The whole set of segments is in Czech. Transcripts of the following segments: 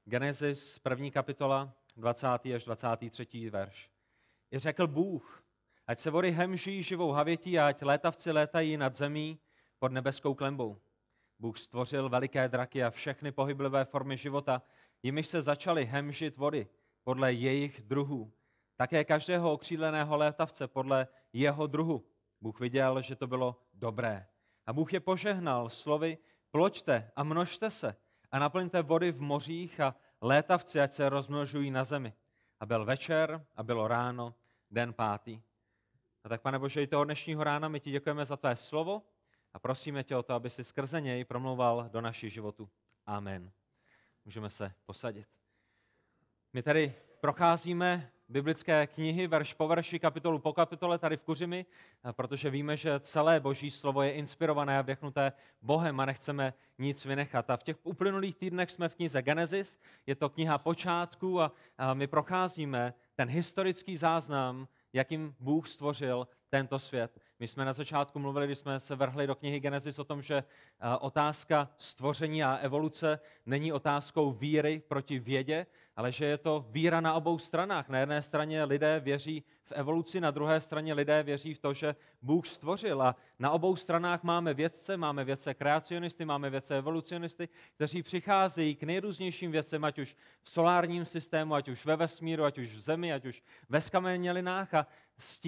Genesis, 1. kapitola, 20. až 23. verš. I řekl Bůh, ať se vody hemží živou havětí a ať létavci létají nad zemí pod nebeskou klenbou. Bůh stvořil veliké draky a všechny pohyblivé formy života, jimiž se začaly hemžit vody podle jejich druhů. Také každého okřídleného létavce podle jeho druhu. Bůh viděl, že to bylo dobré. A Bůh je požehnal slovy, ploďte a množte se a naplňte vody v mořích a létavci, ať se rozmnožují na zemi. A byl večer a bylo ráno, den 5. A tak, Pane Bože, i toho dnešního rána my ti děkujeme za tvé slovo a prosíme tě o to, aby si skrze něj promlouval do našich životů. Amen. Můžeme se posadit. My tady procházíme biblické knihy verš po verši, kapitolu po kapitole tady v Kuřimi, protože víme, že celé Boží slovo je inspirované a vdechnuté Bohem a nechceme nic vynechat. A v těch uplynulých týdnech jsme v knize Genesis, je to kniha počátků a my procházíme ten historický záznam, jakým Bůh stvořil tento svět. My jsme na začátku mluvili, když jsme se vrhli do knihy Genesis o tom, že otázka stvoření a evoluce není otázkou víry proti vědě, ale že je to víra na obou stranách. Na jedné straně lidé věří v evoluci, na druhé straně lidé věří v to, že Bůh stvořil. A na obou stranách máme vědce kreacionisty, máme vědce evolucionisty, kteří přicházejí k nejrůznějším věcem, ať už v solárním systému, ať už ve vesmíru, ať už v zemi, ať už ve skamenělinách a s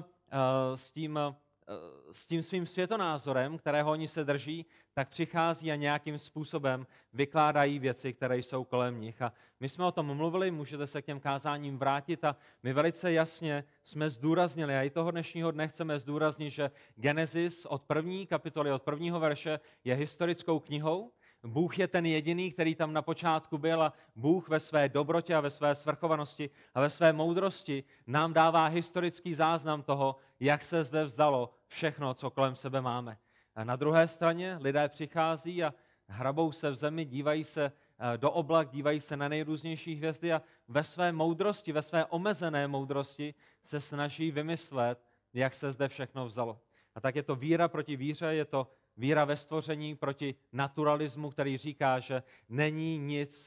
tím svým světonázorem, kterého oni se drží, tak přichází a nějakým způsobem vykládají věci, které jsou kolem nich. A my jsme o tom mluvili, můžete se k těm kázáním vrátit a my velice jasně jsme zdůraznili, a i toho dnešního dne chceme zdůraznit, že Genesis od 1. kapitoly, od 1. verše je historickou knihou. Bůh je ten jediný, který tam na počátku byl a Bůh ve své dobrotě a ve své svrchovanosti a ve své moudrosti nám dává historický záznam toho, jak se zde vzdalo všechno, co kolem sebe máme. A na druhé straně lidé přichází a hrabou se v zemi, dívají se do oblak, dívají se na nejrůznější hvězdy a ve své moudrosti, ve své omezené moudrosti se snaží vymyslet, jak se zde všechno vzalo. A tak je to víra proti víře, je to víra ve stvoření proti naturalismu, který říká, že není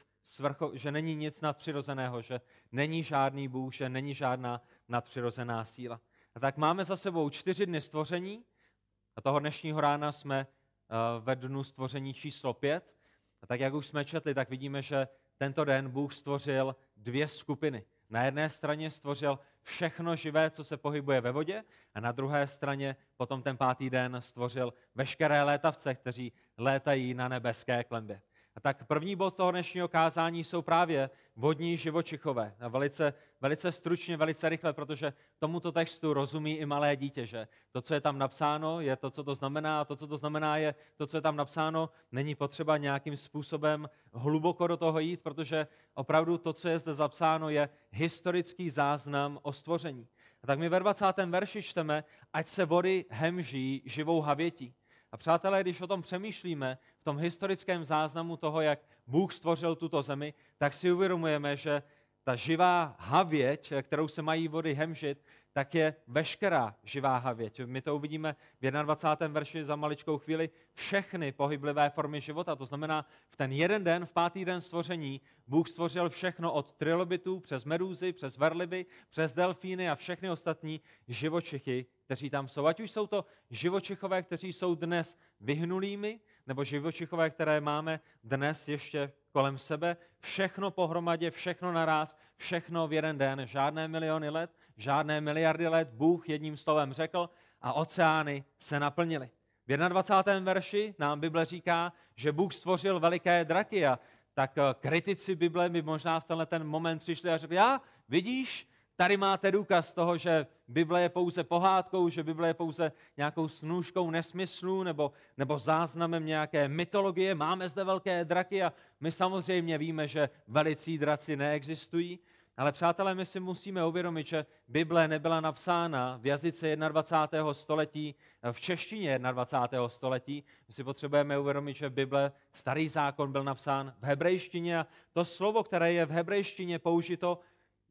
nic nadpřirozeného, že není žádný Bůh, že není žádná nadpřirozená síla. A tak máme za sebou 4 dny stvoření a toho dnešního rána jsme ve dnu stvoření číslo 5. A tak jak už jsme četli, tak vidíme, že tento den Bůh stvořil 2 skupiny. Na jedné straně stvořil všechno živé, co se pohybuje ve vodě, a na druhé straně potom ten 5. den stvořil veškeré létavce, kteří létají na nebeské klenbě. A tak první bod toho dnešního kázání jsou právě vodní živočichové. A velice stručně, velice rychle, protože tomuto textu rozumí i malé dítě, že to, co je tam napsáno, je to, co to znamená, a to, co to znamená, je to, co je tam napsáno. Není potřeba nějakým způsobem hluboko do toho jít, protože opravdu to, co je zde zapsáno, je historický záznam o stvoření. A tak my ve 20. verši čteme, ať se vody hemží živou havětí. A přátelé, když o tom přemýšlíme v tom historickém záznamu toho, jak Bůh stvořil tuto zemi, tak si uvědomujeme, že ta živá havěť, kterou se mají vody hemžit, tak je veškerá živá havěť. My to uvidíme v 21. verši za maličkou chvíli. Všechny pohyblivé formy života, to znamená v ten jeden den, v 5. den stvoření, Bůh stvořil všechno od trilobitů přes medúzy, přes verliby, přes delfíny a všechny ostatní živočichy, kteří tam jsou. Ať už jsou to živočichové, kteří jsou dnes vyhnulými, nebo živočichové, které máme dnes ještě kolem sebe. Všechno pohromadě, všechno naráz, všechno v jeden den. Žádné miliony let, žádné miliardy let. Bůh jedním slovem řekl a oceány se naplnily. V 21. verši nám Bible říká, že Bůh stvořil veliké draky a tak kritici Bible by možná v tenhle ten moment přišli a řekli, vidíš, tady máte důkaz toho, že Bible je pouze pohádkou, že Bible je pouze nějakou snůškou nesmyslů nebo záznamem nějaké mytologie. Máme zde velké draky a my samozřejmě víme, že velicí draci neexistují. Ale přátelé, my si musíme uvědomit, že Bible nebyla napsána v jazyce 21. století, v češtině 21. století. My si potřebujeme uvědomit, že Bible, starý zákon, byl napsán v hebrejštině a to slovo, které je v hebrejštině použito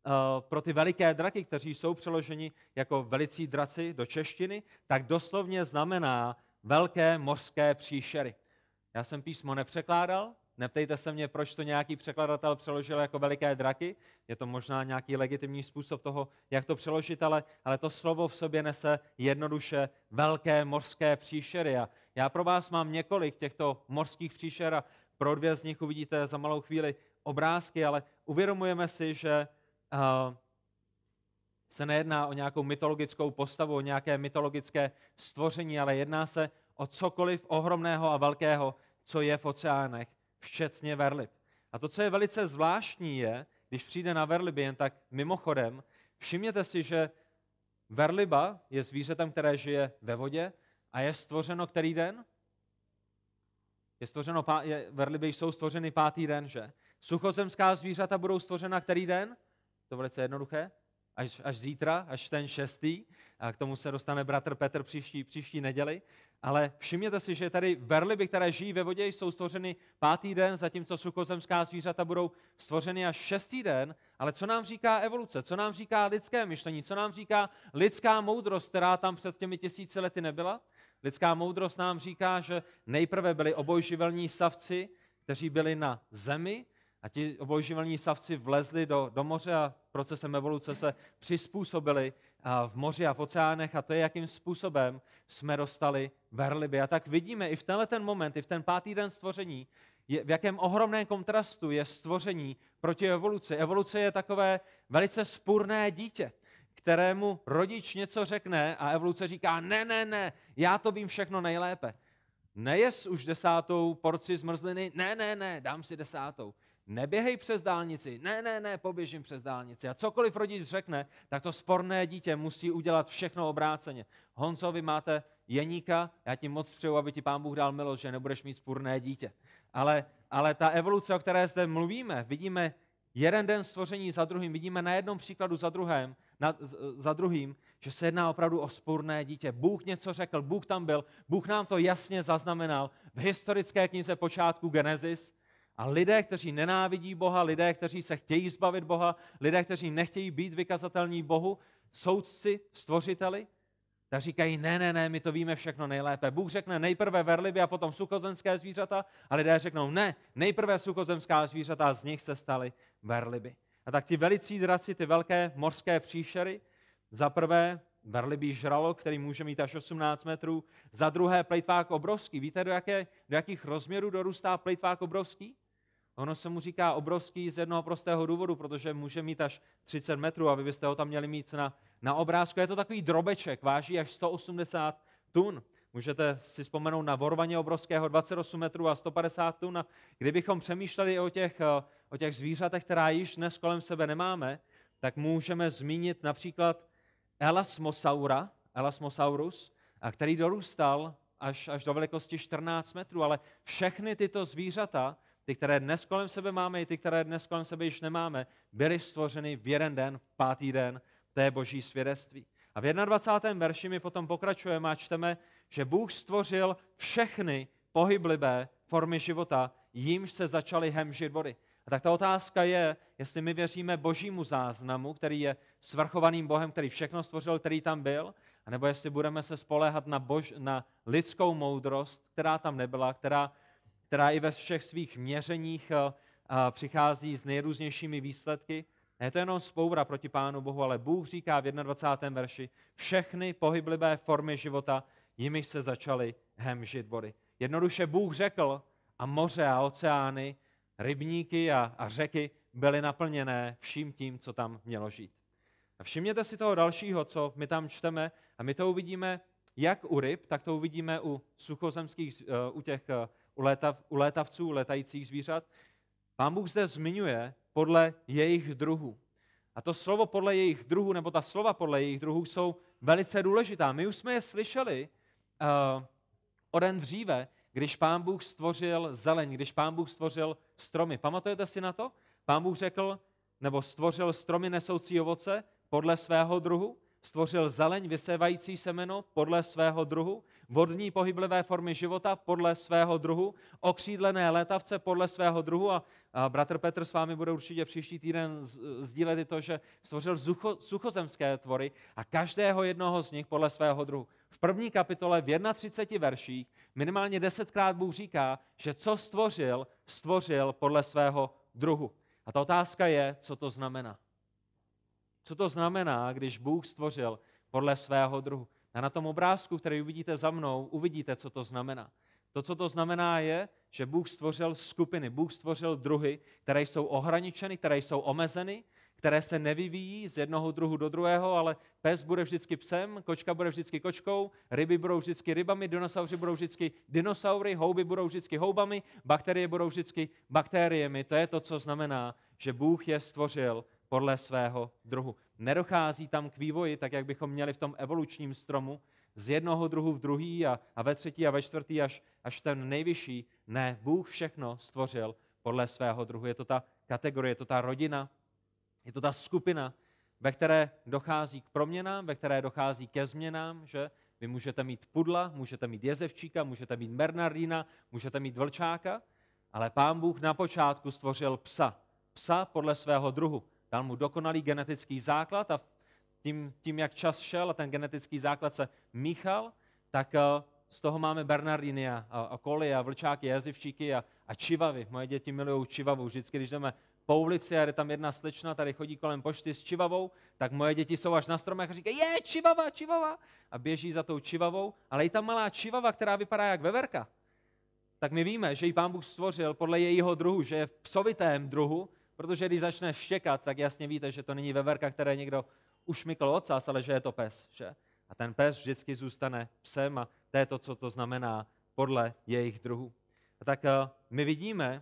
pro ty veliké draky, kteří jsou přeloženi jako velicí draci do češtiny, tak doslovně znamená velké mořské příšery. Já jsem písmo nepřekládal, Neptejte se mě, proč to nějaký překladatel přeložil jako veliké draky. Je to možná nějaký legitimní způsob toho, jak to přeložit, ale to slovo v sobě nese jednoduše velké mořské příšery. A já pro vás mám několik těchto mořských příšer a pro 2 z nich uvidíte za malou chvíli obrázky, ale uvědomujeme si, že se nejedná o nějakou mytologickou postavu, o nějaké mytologické stvoření, ale jedná se o cokoliv ohromného a velkého, co je v oceánech, včetně velryb. A to, co je velice zvláštní, je, když přijde na velryby, jen tak mimochodem, všimněte si, že velryba je zvířetem, které žije ve vodě a je stvořeno který den? Velryby jsou stvořeny 5. den, že? Suchozemská zvířata budou stvořena který den? To je velice jednoduché. Až zítra, až ten 6. A k tomu se dostane bratr Petr příští neděli. Ale všimněte si, že tady velryby, které žijí ve vodě, jsou stvořeny 5. den, zatímco suchozemská zvířata budou stvořeny až 6. den. Ale co nám říká evoluce? Co nám říká lidské myšlení? Co nám říká lidská moudrost, která tam před těmi 1000 lety nebyla? Lidská moudrost nám říká, že nejprve byli obojživelní savci, kteří byli na zemi, a ti obojživelní savci vlezli do moře a procesem evoluce se přizpůsobili v moři a v oceánech a to je, jakým způsobem jsme dostali velryby. A tak vidíme i v tenhle ten moment, i v ten 5. den stvoření, v jakém ohromném kontrastu je stvoření proti evoluci. Evoluce je takové velice spurné dítě, kterému rodič něco řekne a evoluce říká, ne, já to vím všechno nejlépe. Nejes už 10. porci zmrzliny, ne, dám si 10. Neběhej přes dálnici, ne, poběžím přes dálnici. A cokoliv rodič řekne, tak to sporné dítě musí udělat všechno obráceně. Honzo, vy máte Jeníka, já ti moc přeju, aby ti Pán Bůh dal milost, že nebudeš mít spurné dítě. Ale ta evoluce, o které zde mluvíme, vidíme jeden den stvoření za druhým, vidíme na jednom příkladu za druhým, že se jedná opravdu o spurné dítě. Bůh něco řekl, Bůh tam byl, Bůh nám to jasně zaznamenal v historické knize počátku Genesis. A lidé, kteří nenávidí Boha, lidé, kteří se chtějí zbavit Boha, lidé, kteří nechtějí být vykazatelní Bohu, soudci, stvořiteli, tak říkají, ne, my to víme všechno nejlépe. Bůh řekne nejprve velryby a potom suchozemské zvířata a lidé řeknou, ne, nejprve suchozemská zvířata a z nich se staly velryby. A tak ti velicí draci, ty velké mořské příšery, za prvé velrybí žralok, který může mít až 18 metrů, za druhé plejtvák obrovský. Víte, do jakých rozměrů dorůstá plejtvák obrovský? Ono se mu říká obrovský z jednoho prostého důvodu, protože může mít až 30 metrů a vy byste ho tam měli mít na obrázku. Je to takový drobeček, váží až 180 tun. Můžete si vzpomenout na vorvaně obrovského 28 metrů a 150 tun. A kdybychom přemýšleli o těch zvířatech, která již dnes kolem sebe nemáme, tak můžeme zmínit například Elasmosaurus, který dorůstal až do velikosti 14 metrů, ale všechny tyto zvířata, ty, které dnes kolem sebe máme, i ty, které dnes kolem sebe již nemáme, byly stvořeny v jeden den, v 5. den, to je Boží svědectví. A v 21. verši my potom pokračujeme a čteme, že Bůh stvořil všechny pohyblivé formy života, jímž se začaly hemžit vody. A tak ta otázka je, jestli my věříme Božímu záznamu, který je svrchovaným Bohem, který všechno stvořil, který tam byl, anebo jestli budeme se spoléhat na lidskou moudrost, která tam nebyla, která i ve všech svých měřeních přichází s nejrůznějšími výsledky. Je to jenom vzpoura proti Pánu Bohu, ale Bůh říká v 21. verši, všechny pohyblivé formy života, jimiž se začaly hemžit vody. Jednoduše Bůh řekl a moře a oceány, rybníky a řeky byly naplněné vším tím, co tam mělo žít. A všimněte si toho dalšího, co my tam čteme, a my to uvidíme jak u ryb, tak to uvidíme u suchozemských, u létavců, létajících zvířat. Pán Bůh zde zmiňuje podle jejich druhů. A to slovo podle jejich druhů, nebo ta slova podle jejich druhů jsou velice důležitá. My už jsme je slyšeli o den dříve, když Pán Bůh stvořil zeleň, když Pán Bůh stvořil stromy. Pamatujete si na to? Pán Bůh řekl, nebo stvořil stromy nesoucí ovoce podle svého druhu, stvořil zeleň vysévající semeno podle svého druhu, vodní pohyblivé formy života podle svého druhu, okřídlené létavce podle svého druhu a bratr Petr s vámi bude určitě příští týden sdílet i to, že stvořil suchozemské tvory a každého jednoho z nich podle svého druhu. V první kapitole v 31 verších minimálně 10krát Bůh říká, že co stvořil, stvořil podle svého druhu. A ta otázka je, co to znamená. Co to znamená, když Bůh stvořil podle svého druhu? A na tom obrázku, který uvidíte za mnou, uvidíte, co to znamená. To, co to znamená, je, že Bůh stvořil skupiny, Bůh stvořil druhy, které jsou ohraničeny, které jsou omezeny, které se nevyvíjí z jednoho druhu do druhého, ale pes bude vždycky psem, kočka bude vždycky kočkou, ryby budou vždycky rybami, dinosauři budou vždycky dinosaury, houby budou vždycky houbami, bakterie budou vždycky bakteriemi. To je to, co znamená, že Bůh je stvořil podle svého druhu. Nedochází tam k vývoji, tak jak bychom měli v tom evolučním stromu, z jednoho druhu v druhý a ve třetí a ve čtvrtý až ten nejvyšší. Ne, Bůh všechno stvořil podle svého druhu. Je to ta kategorie, je to ta rodina, je to ta skupina, ve které dochází k proměnám, ve které dochází ke změnám, že vy můžete mít pudla, můžete mít jezevčíka, můžete mít bernardína, můžete mít vlčáka, ale Pán Bůh na počátku stvořil psa. Psa podle svého druhu. Dal mu dokonalý genetický základ a tím, jak čas šel a ten genetický základ se míchal, tak z toho máme bernardíny a koly a vlčáky, jezevčíky a čivavy. Moje děti milují čivavu. Vždycky, když jdeme po ulici a jde tam jedna slečna, tady chodí kolem pošty s čivavou, tak moje děti jsou až na stromech a říkají, čivava, čivava, a běží za tou čivavou, ale i ta malá čivava, která vypadá jak veverka, tak my víme, že ji Pán Bůh stvořil podle jejího druhu, že je v psovitém druhu, protože když začne štěkat, tak jasně víte, že to není veverka, které někdo ušmykl ocas, ale že je to pes. Že? A ten pes vždycky zůstane psem a to je to, co to znamená podle jejich druhů. A tak my vidíme,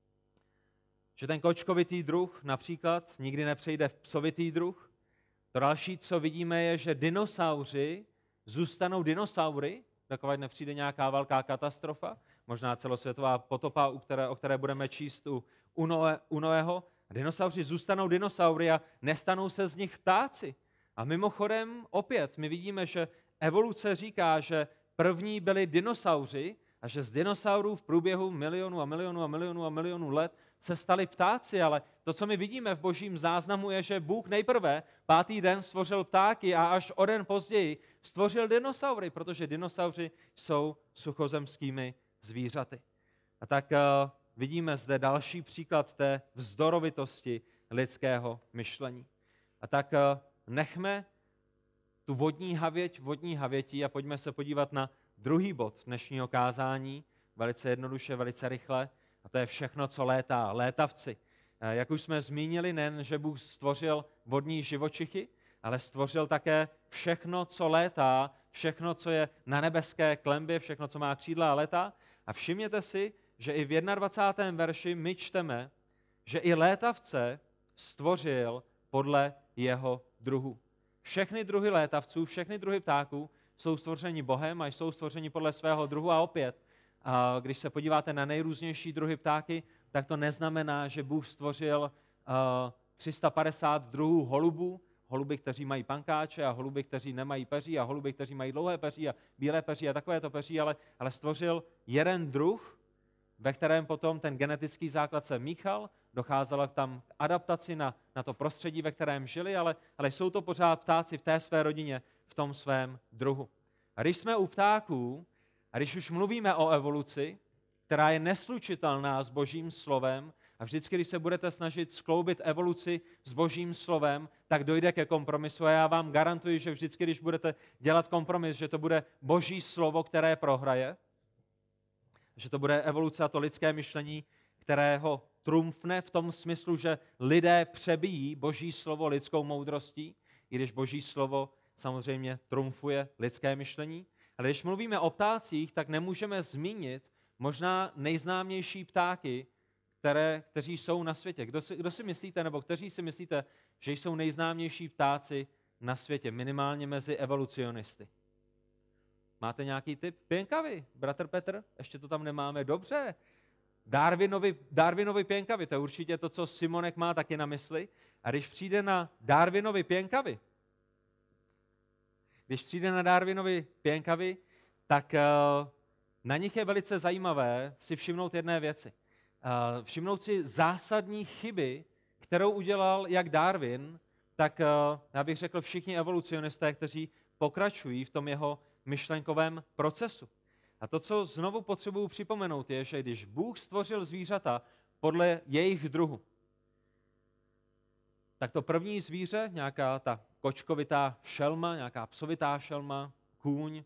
že ten kočkovitý druh například nikdy nepřejde v psovitý druh. To další, co vidíme, je, že dinosauři zůstanou dinosaury, dokud nepřijde nějaká velká katastrofa, možná celosvětová potopa, o které budeme číst u Noého. Dinosauři zůstanou dinosaury a nestanou se z nich ptáci. A mimochodem opět my vidíme, že evoluce říká, že první byli dinosauři a že z dinosaurů v průběhu milionů a milionů a milionů a milionů let se stali ptáci, ale to, co my vidíme v božím záznamu, je, že Bůh nejprve 5. den stvořil ptáky a až o den později stvořil dinosaury, protože dinosauři jsou suchozemskými zvířaty. A tak vidíme zde další příklad té vzdorovitosti lidského myšlení. A tak nechme tu vodní havětí a pojďme se podívat na druhý bod dnešního kázání, velice jednoduše, velice rychle, a to je všechno, co létá, létavci. Jak už jsme zmínili, nejen, že Bůh stvořil vodní živočichy, ale stvořil také všechno, co létá, všechno, co je na nebeské klembě, všechno, co má křídla a létá. A všimněte si, že i v 21. verši my čteme, že i létavce stvořil podle jeho druhu. Všechny druhy létavců, všechny druhy ptáků jsou stvořeni Bohem a jsou stvořeni podle svého druhu. A opět, když se podíváte na nejrůznější druhy ptáky, tak to neznamená, že Bůh stvořil 350 druhů holubů, holuby, kteří mají pankáče a holuby, kteří nemají peří a holuby, kteří mají dlouhé peří a bílé peří a takovéto peří, ale stvořil jeden druh, ve kterém potom ten genetický základ se míchal, docházelo tam k adaptaci na to prostředí, ve kterém žili, ale jsou to pořád ptáci v té své rodině, v tom svém druhu. A když jsme u ptáků, a když už mluvíme o evoluci, která je neslučitelná s Božím slovem, a vždycky, když se budete snažit skloubit evoluci s Božím slovem, tak dojde ke kompromisu. A já vám garantuji, že vždycky, když budete dělat kompromis, že to bude Boží slovo, které prohraje, že to bude evoluce a to lidské myšlení, které ho trumfne v tom smyslu, že lidé přebijí Boží slovo lidskou moudrostí, i když Boží slovo samozřejmě trumfuje lidské myšlení. Ale když mluvíme o ptácích, tak nemůžeme zmínit možná nejznámější ptáky, kteří jsou na světě. Kdo si myslíte, nebo kteří si myslíte, že jsou nejznámější ptáci na světě, minimálně mezi evolucionisty? Máte nějaký tip? Pěnkavy, bratr Petr? Ještě to tam nemáme? Dobře. Darwinovy pěnkavy, to je určitě to, co Simonek má taky na mysli. A když přijde na Darwinovy pěnkavy, tak na nich je velice zajímavé si všimnout jedné věci. Všimnout si zásadní chyby, kterou udělal jak Darwin, tak já bych řekl všichni evolucionisté, kteří pokračují v tom jeho myšlenkovém procesu. A to, co znovu potřebuji připomenout, je, že když Bůh stvořil zvířata podle jejich druhu, tak to první zvíře, nějaká ta kočkovitá šelma, nějaká psovitá šelma, kůň,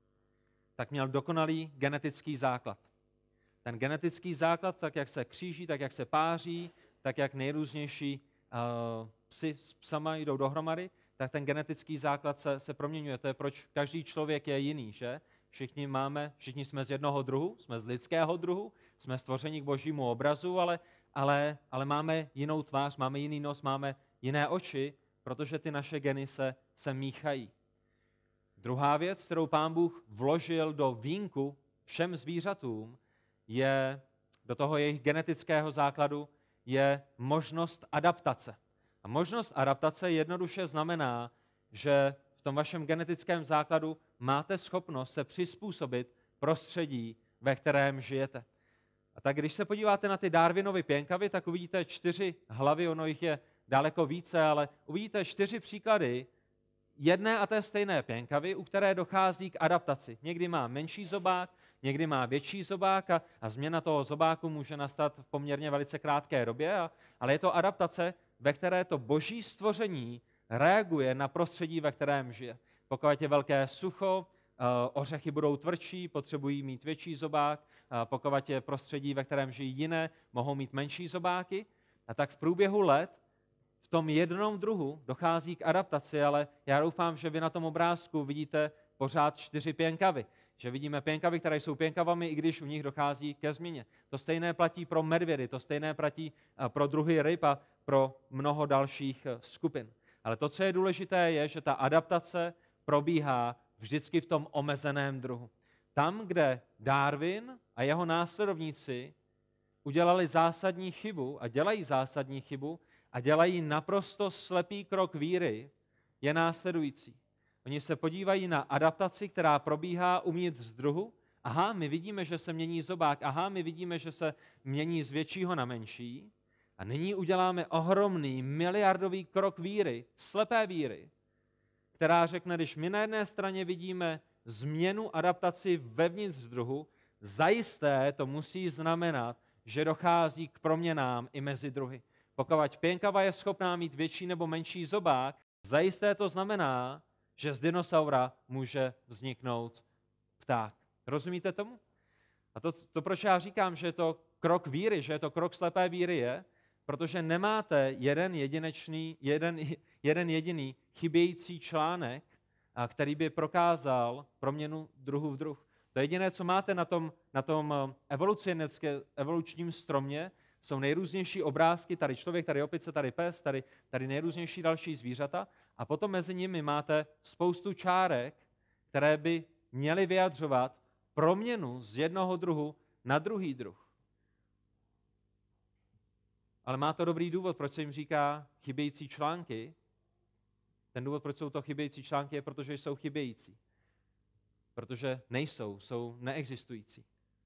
tak měl dokonalý genetický základ. Ten genetický základ, tak jak se kříží, tak jak se páří, tak jak nejrůznější psi s psama jdou dohromady, tak ten genetický základ se proměňuje. To je, proč každý člověk je jiný, že? Všichni jsme z jednoho druhu, jsme z lidského druhu, jsme stvořeni k božímu obrazu, ale máme jinou tvář, máme jiný nos, máme jiné oči, protože ty naše geny se míchají. Druhá věc, kterou Pán Bůh vložil do vínku všem zvířatům, je do toho jejich genetického základu, je možnost adaptace. A možnost adaptace jednoduše znamená, že v tom vašem genetickém základu máte schopnost se přizpůsobit prostředí, ve kterém žijete. A tak když se podíváte na ty Darwinovy pěnkavy, tak uvidíte 4 hlavy, ono jich je daleko více, ale uvidíte 4 příklady jedné a té stejné pěnkavy, u které dochází k adaptaci. Někdy má menší zobák, někdy má větší zobák a změna toho zobáku může nastat v poměrně velice krátké době, ale je to adaptace, ve které to boží stvoření reaguje na prostředí, ve kterém žije. Pokud je velké sucho, ořechy budou tvrdší, potřebují mít větší zobák, pokud je prostředí, ve kterém žijí jiné, mohou mít menší zobáky. A tak v průběhu let v tom jednom druhu dochází k adaptaci, ale já doufám, že vy na tom obrázku vidíte pořád 4 pěnkavy. Že vidíme pěnkavy, které jsou pěnkavami, i když u nich dochází ke změně. To stejné platí pro medvědy, to stejné platí pro druhy ryb a pro mnoho dalších skupin. Ale to, co je důležité, je, že ta adaptace probíhá vždycky v tom omezeném druhu. Tam, kde Darwin a jeho následovníci udělali zásadní chybu a dělají zásadní chybu a dělají naprosto slepý krok víry, je následující. Oni se podívají na adaptaci, která probíhá uvnitř druhu. Aha, my vidíme, že se mění zobák. Aha, my vidíme, že se mění z většího na menší. A nyní uděláme ohromný miliardový krok víry, slepé víry, která řekne, když my na jedné straně vidíme změnu adaptaci vevnitř druhu, zajisté to musí znamenat, že dochází k proměnám i mezi druhy. Pokud pěnkava je schopná mít větší nebo menší zobák, zajisté to znamená, že z dinosaura může vzniknout pták. Rozumíte tomu? A to proč já říkám, že je to krok víry, že je to krok slepé víry je, protože nemáte jeden jediný chybějící článek, který by prokázal proměnu druhu v druh. To jediné, co máte na tom evolučním stromě, jsou nejrůznější obrázky, tady člověk, tady opice, tady pes, tady nejrůznější další zvířata a potom mezi nimi máte spoustu čárek, které by měly vyjadřovat proměnu z jednoho druhu na druhý druh. Ale má to dobrý důvod, proč se jim říká chybějící články. Ten důvod, proč jsou to chybějící články, je, protože jsou chybějící. Protože jsou neexistující.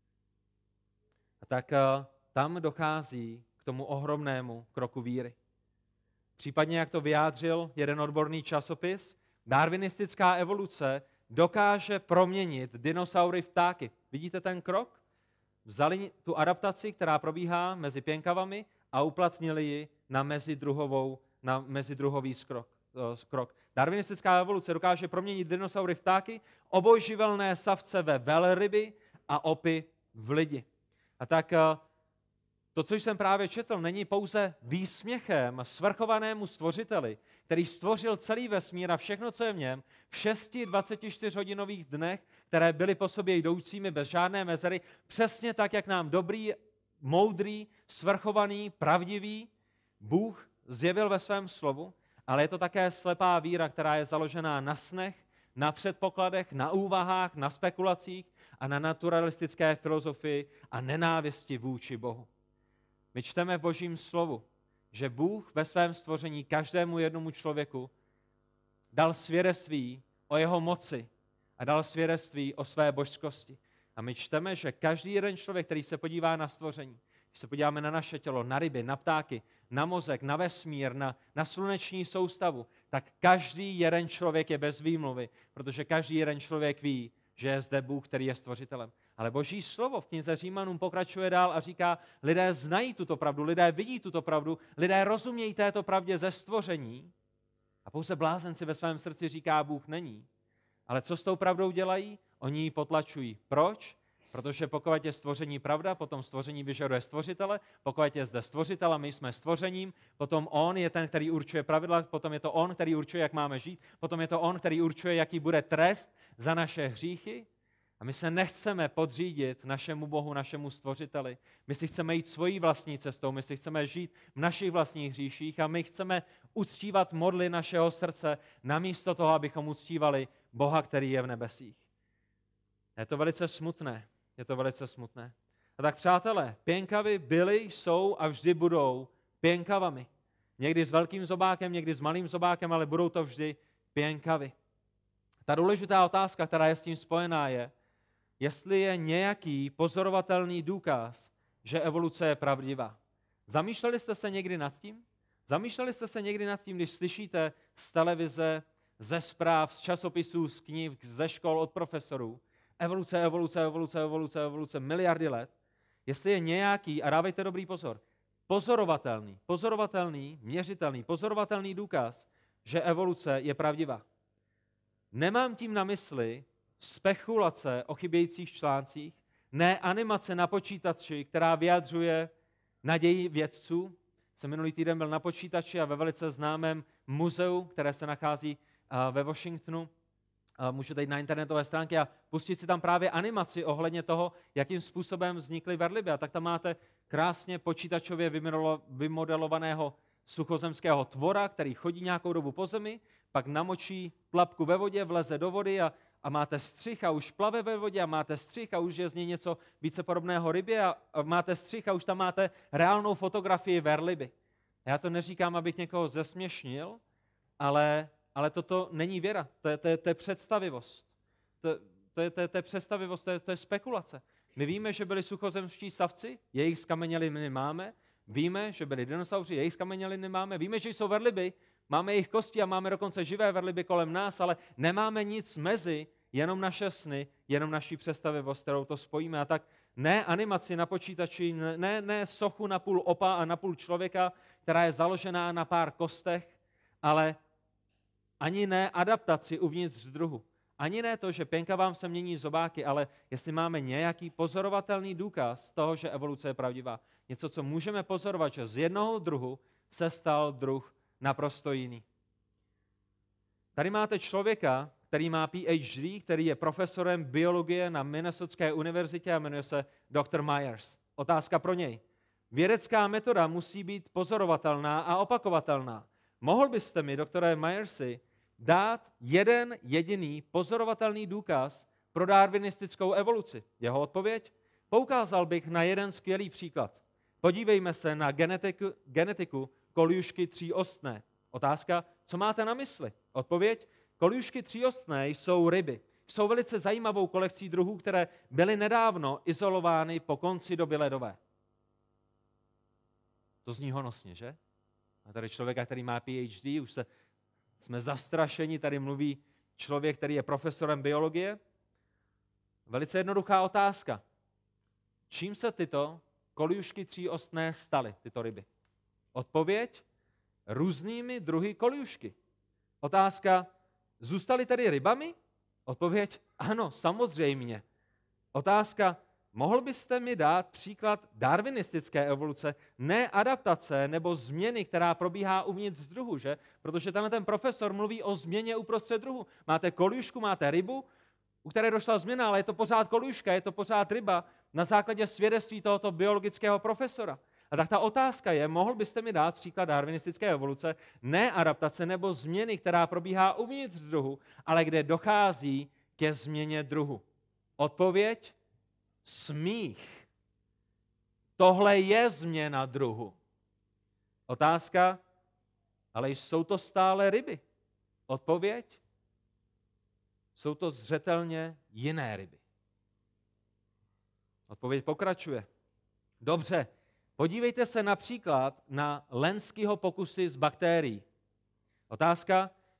A tak tam dochází k tomu ohromnému kroku víry. Případně, jak to vyjádřil jeden odborný časopis, darwinistická evoluce dokáže proměnit dinosaury v ptáky. Vidíte ten krok? Vzali tu adaptaci, která probíhá mezi pěnkavami a uplatnili ji na mezidruhový krok. Darwinistická evoluce dokáže proměnit dinosaury v ptáky, obojživelné savce ve velryby a opy v lidi. A tak to, co jsem právě četl, není pouze výsměchem svrchovanému stvořiteli, který stvořil celý vesmír a všechno, co je v něm, v 6 24hodinových dnech, které byly po sobě jdoucími bez žádné mezery, přesně tak, jak nám dobrý, moudrý, svrchovaný, pravdivý Bůh zjevil ve svém slovu, ale je to také slepá víra, která je založená na snech, na předpokladech, na úvahách, na spekulacích a na naturalistické filozofii a nenávisti vůči Bohu. My čteme v Božím slovu, že Bůh ve svém stvoření každému jednomu člověku dal svědectví o jeho moci a dal svědectví o své božskosti. A my čteme, že každý jeden člověk, který se podívá na stvoření, když se podíváme na naše tělo, na ryby, na ptáky, na mozek, na vesmír, na sluneční soustavu, tak každý jeden člověk je bez výmluvy, protože každý jeden člověk ví, že je zde Bůh, který je stvořitelem. Ale Boží slovo v knize Římanům pokračuje dál a říká, lidé znají tuto pravdu, lidé vidí tuto pravdu, lidé rozumějí této pravdě ze stvoření a pouze blázen si ve svém srdci říká, Bůh není. Ale co s tou pravdou dělají? Oni ji potlačují. Proč? Protože pokud je stvoření pravda, potom stvoření vyžaduje stvořitele, pokud je zde stvořitel a my jsme stvořením, potom on je ten, který určuje pravidla, potom je to on, který určuje, jak máme žít, potom je to on, který určuje, jaký bude trest za naše hříchy. A my se nechceme podřídit našemu Bohu, našemu stvořiteli. My si chceme jít svojí vlastní cestou, my si chceme žít v našich vlastních hříších a my chceme uctívat modly našeho srdce namísto toho, abychom uctívali Boha, který je v nebesích. Je to velice smutné. Je to velice smutné. A tak přátelé, pěnkavy byly, jsou a vždy budou pěnkavami. Někdy s velkým zobákem, někdy s malým zobákem, ale budou to vždy pěnkavy. Ta důležitá otázka, která je s tím spojená, je, jestli je nějaký pozorovatelný důkaz, že evoluce je pravdivá. Zamýšleli jste se někdy nad tím? Zamýšleli jste se někdy nad tím, když slyšíte z televize, ze zpráv, z časopisů, z knih, ze škol od profesorů, evoluce, miliardy let, jestli je nějaký, a dávejte dobrý pozor, pozorovatelný, měřitelný, pozorovatelný důkaz, že evoluce je pravdivá. Nemám tím na mysli spekulace o chybějících článcích, ne animace na počítači, která vyjadřuje naději vědců. Jsem minulý týden byl na počítači a ve velice známém muzeu, které se nachází ve Washingtonu. Můžete jít na internetové stránky a pustit si tam právě animaci ohledně toho, jakým způsobem vznikly velryby. A tak tam máte krásně počítačově vymodelovaného suchozemského tvora, který chodí nějakou dobu po zemi, pak namočí tlapku ve vodě, vleze do vody a máte střih a už plave ve vodě a máte střih a už je z něj něco více podobného rybě a máte střih a už tam máte reálnou fotografii velryby. Já to neříkám, abych někoho zesměšnil, ale toto není věda, to je představivost. To je představivost, to je spekulace. My víme, že byli suchozemští savci, jejich skameněliny máme, víme, že byli dinosauři, jejich skameněliny máme, víme, že jsou velryby, máme jejich kosti a máme dokonce živé velryby kolem nás, ale nemáme nic mezi, jenom naše sny, jenom naši představivost, kterou to spojíme. A tak ne animaci na počítači, ne sochu na půl opa a na půl člověka, která je založená na pár kostech, ale ani ne adaptaci uvnitř druhu. Ani ne to, že pěnkavám se mění zobáky, ale jestli máme nějaký pozorovatelný důkaz toho, že evoluce je pravdivá. Něco, co můžeme pozorovat, že z jednoho druhu se stal druh naprosto jiný. Tady máte člověka, který má PhD, který je profesorem biologie na Minnesotské univerzitě a jmenuje se Dr. Myers. Otázka pro něj. Vědecká metoda musí být pozorovatelná a opakovatelná. Mohl byste mi, doktore Myersi, dát jeden jediný pozorovatelný důkaz pro darwinistickou evoluci? Jeho odpověď? Poukázal bych na jeden skvělý příklad. Podívejme se na genetiku koljušky tříostné. Otázka, co máte na mysli? Odpověď, koljušky tříostné jsou ryby. Jsou velice zajímavou kolekcí druhů, které byly nedávno izolovány po konci doby ledové. To zní honosně, že? A tady člověka, který má PhD, jsme zastrašeni, tady mluví člověk, který je profesorem biologie. Velice jednoduchá otázka. Čím se tyto koljušky tříostné staly, tyto ryby? Odpověď? Různými druhy koljušky. Otázka, zůstaly tedy rybami? Odpověď, ano, samozřejmě. Otázka, mohl byste mi dát příklad darwinistické evoluce, ne adaptace nebo změny, která probíhá uvnitř druhu, že? Protože ten profesor mluví o změně uprostřed druhu. Máte koljušku, máte rybu, u které došla změna, ale je to pořád koljuška, je to pořád ryba na základě svědectví tohoto biologického profesora. A tak ta otázka je, mohl byste mi dát příklad darwinistické evoluce, ne adaptace nebo změny, která probíhá uvnitř druhu, ale kde dochází ke změně druhu. Odpověď? Smích. Tohle je změna druhu. Otázka, ale jsou to stále ryby? Odpověď? Jsou to zřetelně jiné ryby. Odpověď pokračuje. Dobře, podívejte se například na Lenského pokusy s bakterií. Otázka,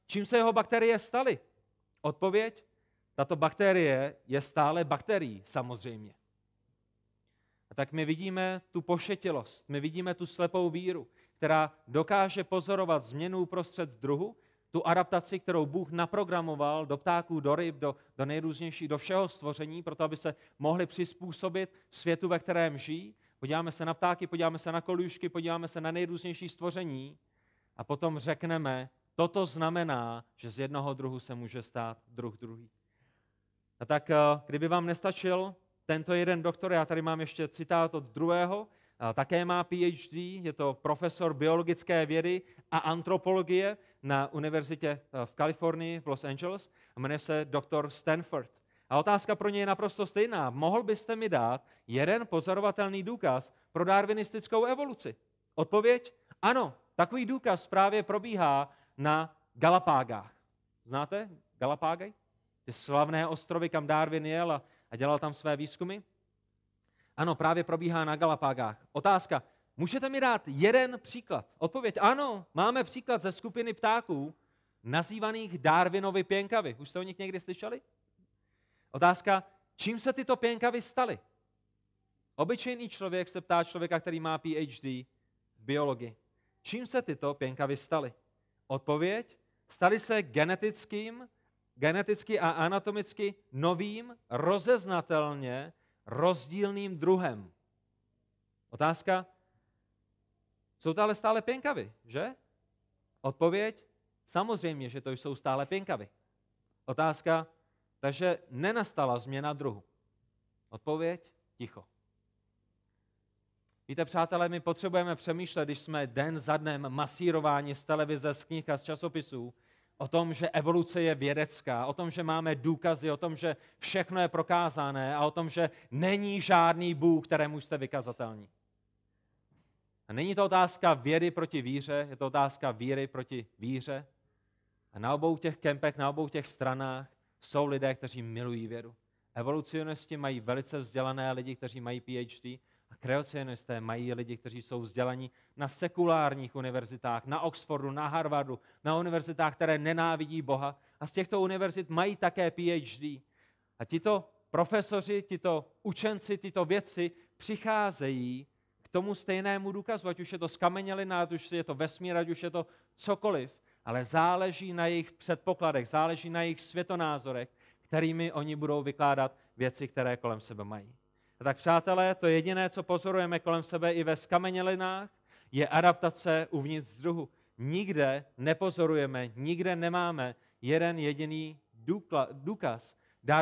čím se jeho bakterie staly? Odpověď, tato bakterie je stále bakterií, samozřejmě. A tak my vidíme tu pošetilost, my vidíme tu slepou víru, která dokáže pozorovat změnu uprostřed druhu, tu adaptaci, kterou Bůh naprogramoval do ptáků, do ryb, do nejrůznějších, do všeho stvoření, proto aby se mohli přizpůsobit světu, ve kterém žijí. Podíváme se na ptáky, podíváme se na kolůžky, podíváme se na nejrůznější stvoření a potom řekneme, toto znamená, že z jednoho druhu se může stát druh druhý. A tak kdyby vám nestačil tento jeden doktor, já tady mám ještě citát od druhého, také má PhD, je to profesor biologické vědy a antropologie na univerzitě v Kalifornii, v Los Angeles, a jmenuje se doktor Stanford. A otázka pro něj je naprosto stejná. Mohl byste mi dát jeden pozorovatelný důkaz pro darwinistickou evoluci? Odpověď? Ano, takový důkaz právě probíhá na Galapágách. Znáte Galapágy? Ty slavné ostrovy, kam Darwin jel a dělal tam své výzkumy? Ano, právě probíhá na Galapágách. Otázka, můžete mi dát jeden příklad? Odpověď, ano, máme příklad ze skupiny ptáků nazývaných Darwinovy pěnkavy. Už jste o nich někdy slyšeli? Otázka, čím se tyto pěnkavy staly? Obyčejný člověk se ptá člověka, který má PhD v biologii. Čím se tyto pěnkavy staly? Odpověď, staly se geneticky a anatomicky novým, rozeznatelně rozdílným druhem. Otázka, jsou to ale stále pěnkavy, že? Odpověď, samozřejmě, že to jsou stále pěnkavy. Otázka, takže nenastala změna druhu. Odpověď, ticho. Víte, přátelé, my potřebujeme přemýšlet, když jsme den za dnem masírováni z televize, z knih a z časopisů, o tom, že evoluce je vědecká, o tom, že máme důkazy, o tom, že všechno je prokázané a o tom, že není žádný Bůh, kterému jste vykazatelní. A není to otázka vědy proti víře, je to otázka víry proti víře. A na obou těch kempech, na obou těch stranách jsou lidé, kteří milují vědu. Evolucionisti mají velice vzdělané lidi, kteří mají PhD, a kreacionisté mají lidi, kteří jsou vzdělaní na sekulárních univerzitách, na Oxfordu, na Harvardu, na univerzitách, které nenávidí Boha. A z těchto univerzit mají také PhD. A tito profesoři, tito učenci, tyto vědci přicházejí k tomu stejnému důkazu, ať už je to skamenělina, ať už je to vesmír, ať už je to cokoliv, ale záleží na jejich předpokladech, záleží na jejich světonázorech, kterými oni budou vykládat věci, které kolem sebe mají. A tak, přátelé, to jediné, co pozorujeme kolem sebe i ve skamenělinách, je adaptace uvnitř druhu. Nikde nepozorujeme, nikde nemáme jeden jediný důkaz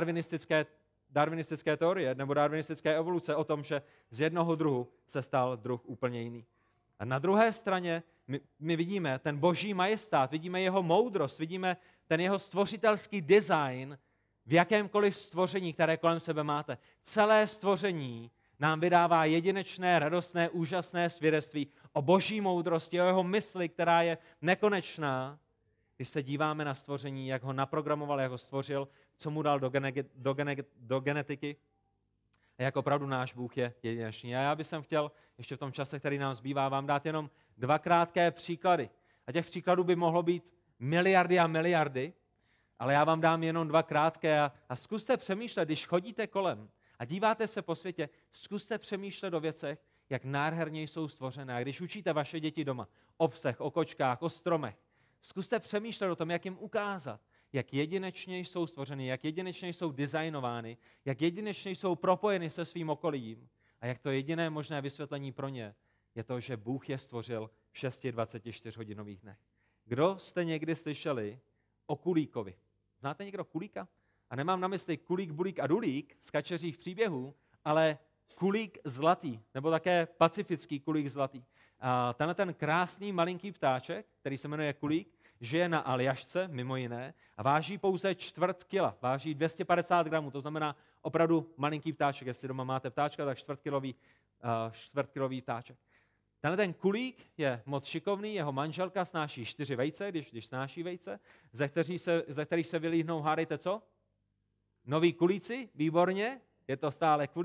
darwinistické teorie nebo darwinistické evoluce o tom, že z jednoho druhu se stal druh úplně jiný. A na druhé straně my vidíme ten boží majestát, vidíme jeho moudrost, vidíme ten jeho stvořitelský design v jakémkoliv stvoření, které kolem sebe máte. Celé stvoření nám vydává jedinečné, radostné, úžasné svědectví o boží moudrosti, o jeho mysli, která je nekonečná. Když se díváme na stvoření, jak ho naprogramoval, jak ho stvořil, co mu dal do genetiky, a jak opravdu náš Bůh je jedinečný. A já bych chtěl ještě v tom čase, který nám zbývá, vám dát jenom 2 krátké příklady. A těch příkladů by mohlo být miliardy a miliardy, ale já vám dám jenom 2 krátké a zkuste přemýšlet, když chodíte kolem a díváte se po světě, zkuste přemýšlet o věcech, jak nádherně jsou stvořené. A když učíte vaše děti doma o psech, o kočkách, o stromech, zkuste přemýšlet o tom, jak jim ukázat, jak jedinečně jsou stvořeny, jak jedinečně jsou designovány, jak jedinečně jsou propojeny se svým okolím a jak to jediné možné vysvětlení pro ně je to, že Bůh je stvořil v 6 24hodinových dnech. Kdo jste někdy slyšeli o kulíkovi? Znáte někdo kulíka? A nemám na mysli kulík, bulík a dulík z kačeřích příběhů, ale kulík zlatý, nebo také pacifický kulík zlatý. A tenhle ten krásný malinký ptáček, který se jmenuje kulík, žije na Aljašce, mimo jiné, a váží pouze 1/4 kila, váží 250 gramů, to znamená opravdu malinký ptáček. Jestli doma máte ptáčka, tak 1/4kilový ptáček. Tenhle ten kulík je moc šikovný, jeho manželka snáší 4 vejce, když snáší vejce, ze kterých se vylíhnou, hádejte co? Noví kulíci, výborně, je to stále kulík.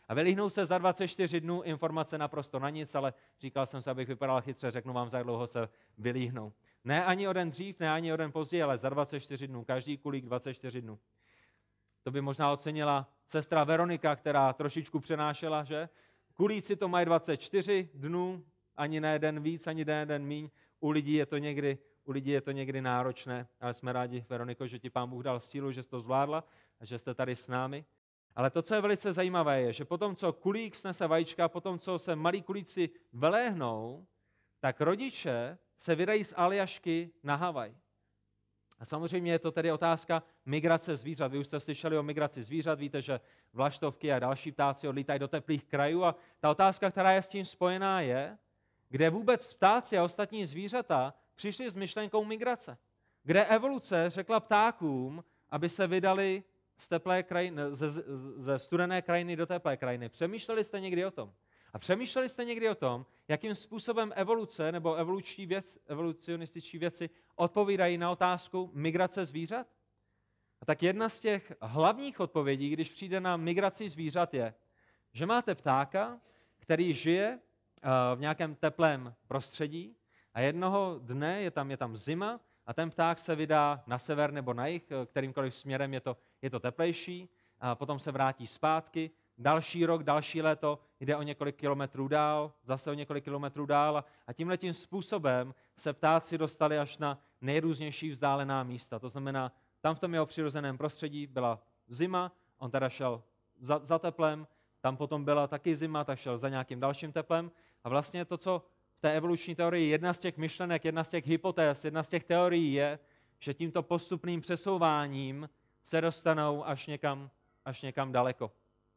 A vylíhnou se za 24 dnů, informace naprosto na nic, ale říkal jsem si, abych vypadal chytře, řeknu vám, za jak dlouho se vylíhnou. Ne ani o den dřív, ne ani o den později, ale za 24 dnů, každý kulík 24 dnů. To by možná ocenila sestra Veronika, která trošičku přenášela, že? Kulíci to mají 24 dnů, ani ne den víc, ani ne den míň. U lidí je to někdy náročné, ale jsme rádi, Veroniko, že ti Pán Bůh dal sílu, že jsi to zvládla a že jste tady s námi. Ale to, co je velice zajímavé, je, že potom, co kulík snese vajíčka, potom, co se malí kulíci vyléhnou, tak rodiče se vydají z Aljašky na Havaj. A samozřejmě je to tedy otázka migrace zvířat. Vy už jste slyšeli o migraci zvířat, víte, že vlaštovky a další ptáci odlítají do teplých krajů a ta otázka, která je s tím spojená, je, kde vůbec ptáci a ostatní zvířata přišli s myšlenkou migrace. Kde evoluce řekla ptákům, aby se vydali z teplé krajiny, ze studené krajiny do teplé krajiny. Přemýšleli jste někdy o tom? A přemýšleli jste někdy o tom, jakým způsobem evoluce nebo evolucionističní věci odpovídají na otázku migrace zvířat? A tak jedna z těch hlavních odpovědí, když přijde na migraci zvířat, je, že máte ptáka, který žije v nějakém teplém prostředí a jednoho dne je tam zima a ten pták se vydá na sever nebo na jih, kterýmkoliv směrem je to teplejší, a potom se vrátí zpátky. Další rok, další léto jde o několik kilometrů dál, zase o několik kilometrů dál a tímhletím způsobem se ptáci dostali až na nejrůznější vzdálená místa. To znamená, tam v tom jeho přirozeném prostředí byla zima, on teda šel za teplem, tam potom byla taky zima, tak šel za nějakým dalším teplem a vlastně to, co v té evoluční teorii jedna z těch myšlenek, jedna z těch hypotéz, jedna z těch teorií je, že tímto postupným přesouváním se dostanou až někam daleko.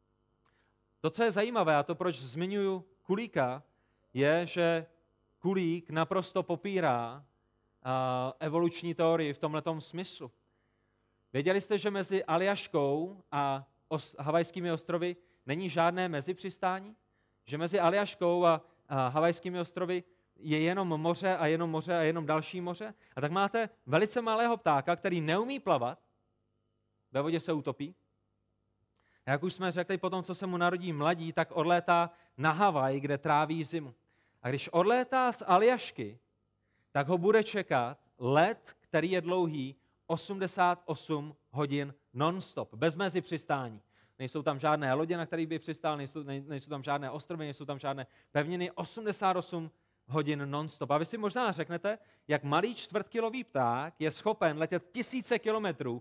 To, co je zajímavé, a to, proč zmiňuji kulíka, je, že kulík naprosto popírá evoluční teorii v tomhletom smyslu. Věděli jste, že mezi Aljaškou a Havajskými ostrovy není žádné mezipřistání? Že mezi Aljaškou a Havajskými ostrovy je jenom moře a jenom moře a jenom další moře? A tak máte velice malého ptáka, který neumí plavat, ve vodě se utopí. A jak už jsme řekli, potom, co se mu narodí mladí, tak odlétá na Havaj, kde tráví zimu. A když odlétá z Aljašky, tak ho bude čekat let, který je dlouhý 88 hodin non-stop, bez mezi přistání. Nejsou tam žádné lodě, na kterých by přistál, nejsou tam žádné ostrovy, nejsou tam žádné pevniny, 88 hodin non-stop. A vy si možná řeknete, jak malý čtvrtkilový pták je schopen letět tisíce kilometrů,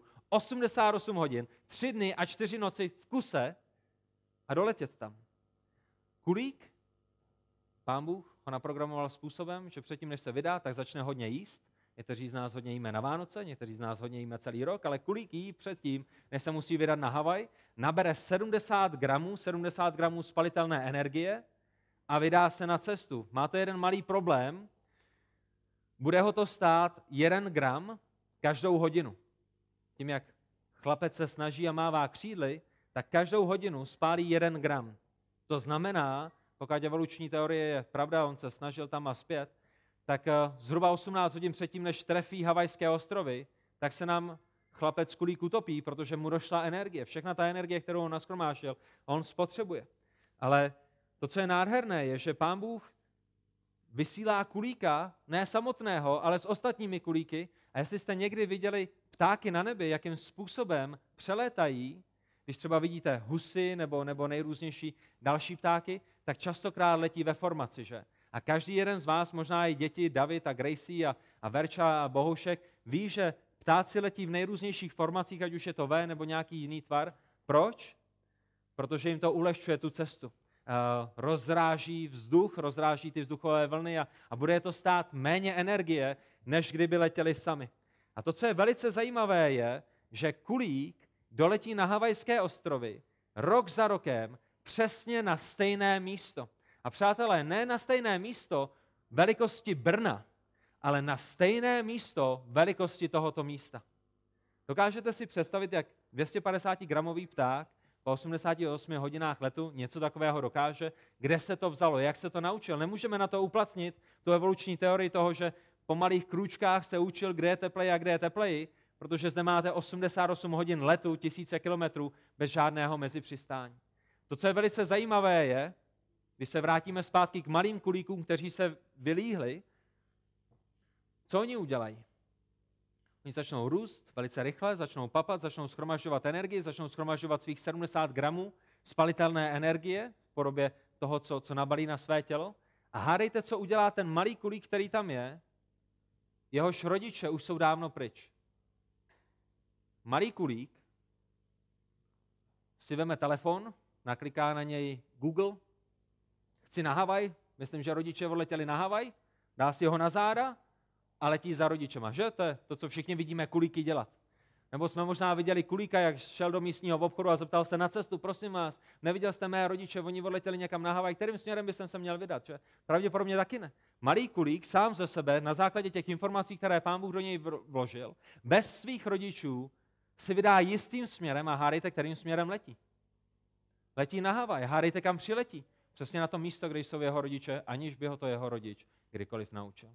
88 hodin, 3 dny a 4 noci v kuse a doletět tam. Kulík, Pán Bůh ho naprogramoval způsobem, že předtím, než se vydá, tak začne hodně jíst. Někteří z nás hodně jíme na Vánoce, někteří z nás hodně jíme celý rok, ale kulík jí předtím, než se musí vydat na Havaj, nabere 70 gramů spalitelné energie a vydá se na cestu. Má to jeden malý problém, bude ho to stát 1 gram každou hodinu. Tím, jak chlapec se snaží a mává křídly, tak každou hodinu spálí 1 gram. To znamená, pokud evoluční teorie je pravda, on se snažil tam a zpět, tak zhruba 18 hodin předtím, než trefí Havajské ostrovy, tak se nám chlapec kulík utopí, protože mu došla energie. Všechna ta energie, kterou on nashromáždil, on spotřebuje. Ale to, co je nádherné, je, že Pán Bůh vysílá kulíka, ne samotného, ale s ostatními kulíky. A jestli jste někdy viděli ptáky na nebi, jakým způsobem přelétají, když třeba vidíte husy nebo nejrůznější další ptáky, tak častokrát letí ve formaci, že? A každý jeden z vás, možná i děti, David a Gracie a Verča a Bohušek, ví, že ptáci letí v nejrůznějších formacích, ať už je to V nebo nějaký jiný tvar. Proč? Protože jim to ulehčuje tu cestu. Rozráží vzduch, rozráží ty vzduchové vlny a bude je to stát méně energie, než kdyby letěli sami. A to, co je velice zajímavé, je, že kulík doletí na Havajské ostrovy rok za rokem přesně na stejné místo. A přátelé, ne na stejné místo velikosti Brna, ale na stejné místo velikosti tohoto místa. Dokážete si představit, jak 250-gramový pták po 88 hodinách letu něco takového dokáže? Kde se to vzalo? Jak se to naučil? Nemůžeme na to uplatnit tu evoluční teorii toho, že po malých krůčkách se učil, kde je tepleji a kde je tepleji, protože zde máte 88 hodin letu, tisíce kilometrů bez žádného mezipřistání. To, co je velice zajímavé, je, když se vrátíme zpátky k malým kulíkům, kteří se vylíhli, co oni udělají? Oni začnou růst velice rychle, začnou papat, začnou shromažďovat energii, začnou shromažďovat svých 70 gramů spalitelné energie v podobě toho, co nabalí na své tělo. A hádejte, co udělá ten malý kulík, který tam je. Jehož rodiče už jsou dávno pryč. Malý kulík si veme telefon, nakliká na něj Google, chci na Havaj, myslím, že rodiče odletěli na Havaj, dá si ho na záda a letí za rodičema, že? To je to, co všichni vidíme kulíky dělat. Nebo jsme možná viděli kulíka, jak šel do místního obchodu a zeptal se na cestu, prosím vás, neviděl jste mé rodiče, oni odletěli někam na Havaj, kterým směrem bych se měl vydat, že? Pravděpodobně taky ne. Malý kulík sám ze sebe, na základě těch informací, které Pán Bůh do něj vložil, bez svých rodičů si vydá jistým směrem a hádejte, kterým směrem letí. Letí na Havaj, hádejte, kam přiletí. Přesně na to místo, kde jsou jeho rodiče, aniž by ho to jeho rodič kdykoliv naučil.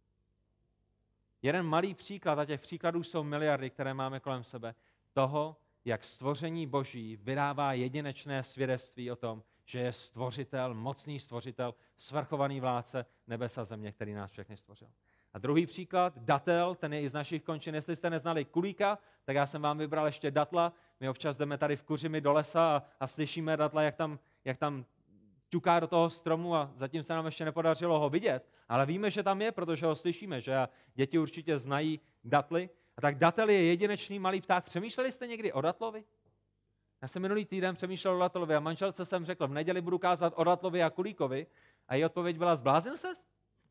Jeden malý příklad, a těch příkladů jsou miliardy, které máme kolem sebe, toho, jak stvoření Boží vydává jedinečné svědectví o tom, že je stvořitel, mocný stvořitel, svrchovaný vládce nebes a země, který nás všechny stvořil. A druhý příklad, datel, ten je i z našich končin. Jestli jste neznali kulíka, tak já jsem vám vybral ještě datla. My občas jdeme tady v Kuřimi do lesa a slyšíme datla, jak tam ťuká do toho stromu a zatím se nám ještě nepodařilo ho vidět, ale víme, že tam je, protože ho slyšíme, že a děti určitě znají datly. A tak datel je jedinečný malý pták. Přemýšleli jste někdy o datlovi? Já jsem minulý týden přemýšlel o datlovi a manželce jsem řekl, v neděli budu kázat o datlovi a kulíkovi a její odpověď byla, zbláznil ses?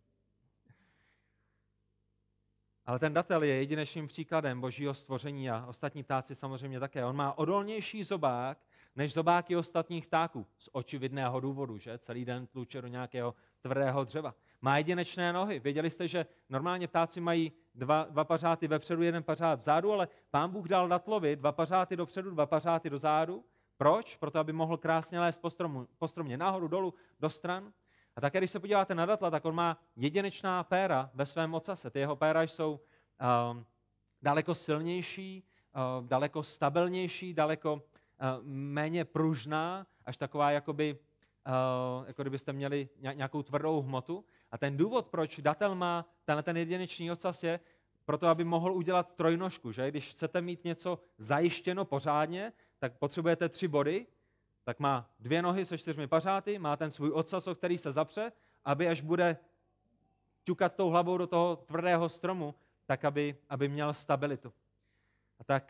Ale ten datel je jedinečným příkladem Božího stvoření a ostatní ptáci samozřejmě také. On má odolnější zobák než zobáky ostatních ptáků. Z očividného důvodu, že? Celý den tluče do nějakého tvrdého dřeva. Má jedinečné nohy. Věděli jste, že normálně ptáci mají dva pařáty vepředu, jeden pařát vzadu, ale Pán Bůh dal datlovi 2 pařáty dopředu, 2 pařáty dozadu. Proč? Proto, aby mohl krásně lézt po stromě nahoru, dolů, do stran. A také, když se podíváte na datla, tak on má jedinečná péra ve svém ocase. Ty jeho péra jsou daleko silnější, daleko stabilnější, daleko méně pružná, až taková, jako kdybyste měli nějakou tvrdou hmotu. A ten důvod, proč datel má ten jedinečný ocas, je proto, aby mohl udělat trojnožku. Že? Když chcete mít něco zajištěno pořádně, tak potřebujete 3 body, tak má 2 nohy se 4 pařáty, má ten svůj ocas, o který se zapře, aby až bude ťukat tou hlavou do toho tvrdého stromu, tak aby měl stabilitu. A tak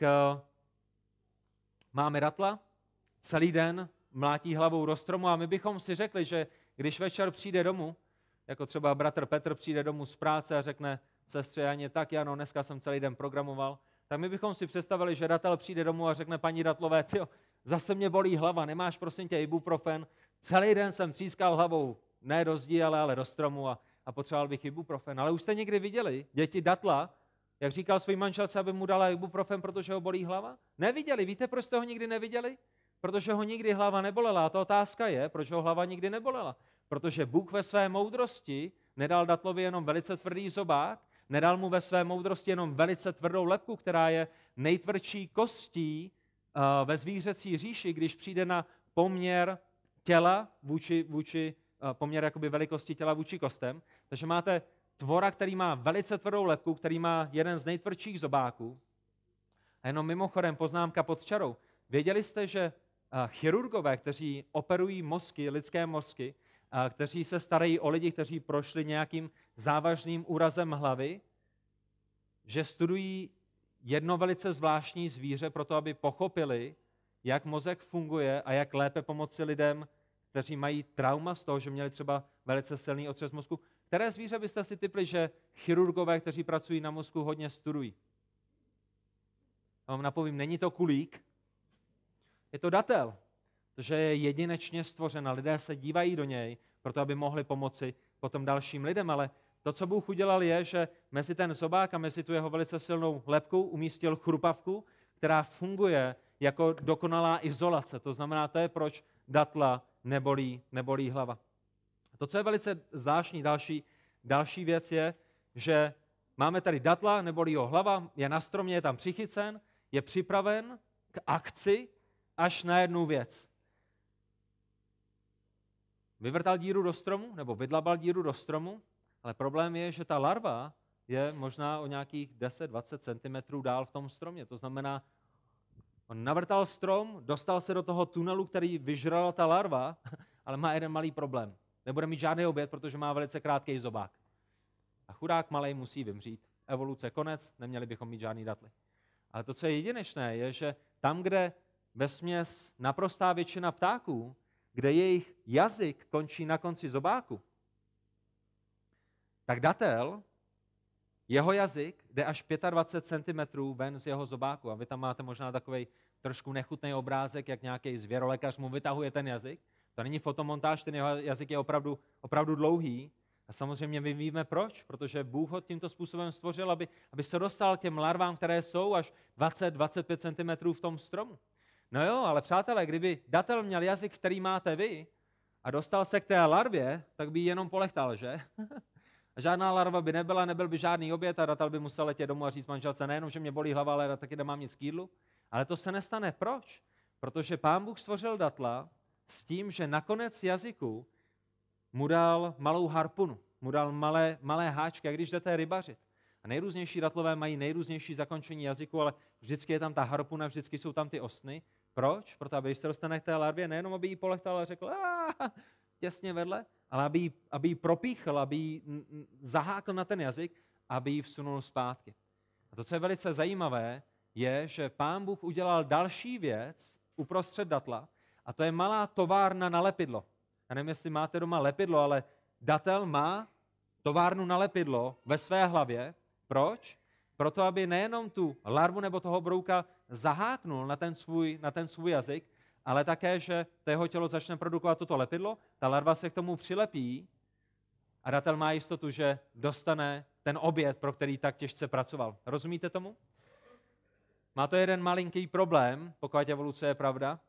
máme datla, celý den mlátí hlavou do stromu a my bychom si řekli, že když večer přijde domů, jako třeba bratr Petr přijde domů z práce a řekne sestře Janě, tak Jano, dneska jsem celý den programoval, tak my bychom si představili, že datel přijde domů a řekne paní datlové, tyjo, zase mě bolí hlava, nemáš prosím tě ibuprofen, celý den jsem třískal hlavou, ne do zdí, ale do stromu a potřeboval bych ibuprofen. Ale už jste někdy viděli děti datla, jak říkal svým manželce, aby mu dala ibuprofen, protože ho bolí hlava? Neviděli. Víte, proč jste ho nikdy neviděli? Protože ho nikdy hlava nebolela. A ta otázka je, proč ho hlava nikdy nebolela. Protože Bůh ve své moudrosti nedal datlovi jenom velice tvrdý zobák, nedal mu ve své moudrosti jenom velice tvrdou lebku, která je nejtvrdší kostí ve zvířecí říši, když přijde na poměr těla vůči poměr jakoby velikosti těla vůči kostem. Takže máte tvora, který má velice tvrdou lebku, který má jeden z nejtvrdších zobáků. A jenom mimochodem poznámka pod čarou. Věděli jste, že chirurgové, kteří operují mozky, lidské mozky, kteří se starají o lidi, kteří prošli nějakým závažným úrazem hlavy, že studují jedno velice zvláštní zvíře proto, aby pochopili, jak mozek funguje a jak lépe pomoci lidem, kteří mají trauma z toho, že měli třeba velice silný otřes mozku. Které zvíře byste si tipli, že chirurgové, kteří pracují na mozku, hodně studují? Já vám napovím, není to kulík, je to datel, protože je jedinečně stvořen a lidé se dívají do něj, proto aby mohli pomoci potom dalším lidem, ale to, co Bůh udělal, je, že mezi ten zobák a mezi tu jeho velice silnou lebku umístil chrupavku, která funguje jako dokonalá izolace. To znamená, to je proč datla nebolí hlava. To, co je velice zvláštní, další věc je, že máme tady datla, nebolí ho hlava, je na stromě, je tam přichycen, je připraven k akci až na jednu věc. vyvrtal díru do stromu, nebo vydlabal díru do stromu, ale problém je, že ta larva je možná o nějakých 10-20 cm dál v tom stromě. To znamená, on navrtal strom, dostal se do toho tunelu, který vyžrala ta larva, ale má jeden malý problém. Nebude mít žádný oběd, protože má velice krátký zobák. A chudák malej musí vymřít. Evoluce konec, neměli bychom mít žádný datly. Ale to, co je jedinečné, je, že tam, kde vesměs naprostá většina ptáků, kde jejich jazyk končí na konci zobáku, tak datel, jeho jazyk jde až 25 cm ven z jeho zobáku. A vy tam máte možná takový trošku nechutný obrázek, jak nějaký zvěrolékař mu vytahuje ten jazyk. To není fotomontáž, ten jeho jazyk je opravdu dlouhý. A samozřejmě my víme proč, protože Bůh ho tímto způsobem stvořil, aby se dostal k těm larvám, které jsou až 20-25 cm v tom stromu. No jo, ale přátelé, kdyby datel měl jazyk, který máte vy, a dostal se k té larvě, tak by ji jenom polechtal, že? Žádná larva by nebyla, nebyl by žádný oběd a datel by musel letět domů a říct manželce, nejenom, že mě bolí hlava, ale taky nemám nic k jídlu. Ale to se nestane. Proč? Protože Pán Bůh stvořil datla s tím, že na konec jazyku mu dal malou harpunu, mu dal malé háčky, a když jdete rybařit. A nejrůznější datlové mají nejrůznější zakončení jazyku, ale vždycky je tam ta harpuna, vždycky jsou tam ty ostny. Proč? Proto, aby když se dostane k té larvě, nejenom aby jí polechtal a řekl těsně vedle, ale aby ji propíchl, aby ji zahákl na ten jazyk, aby ji vsunul zpátky. A to, co je velice zajímavé, je, že Pán Bůh udělal další věc uprostřed datla, a to je malá továrna na lepidlo. Já nevím, jestli máte doma lepidlo, ale datel má továrnu na lepidlo ve své hlavě. Proč? Proto, aby nejenom tu larvu nebo toho brouka zaháknul na ten svůj jazyk, ale také, že to jeho tělo začne produkovat toto lepidlo, ta larva se k tomu přilepí a datel má jistotu, že dostane ten oběd, pro který tak těžce pracoval. Rozumíte tomu? Má to jeden malinký problém, pokud evoluce je pravda,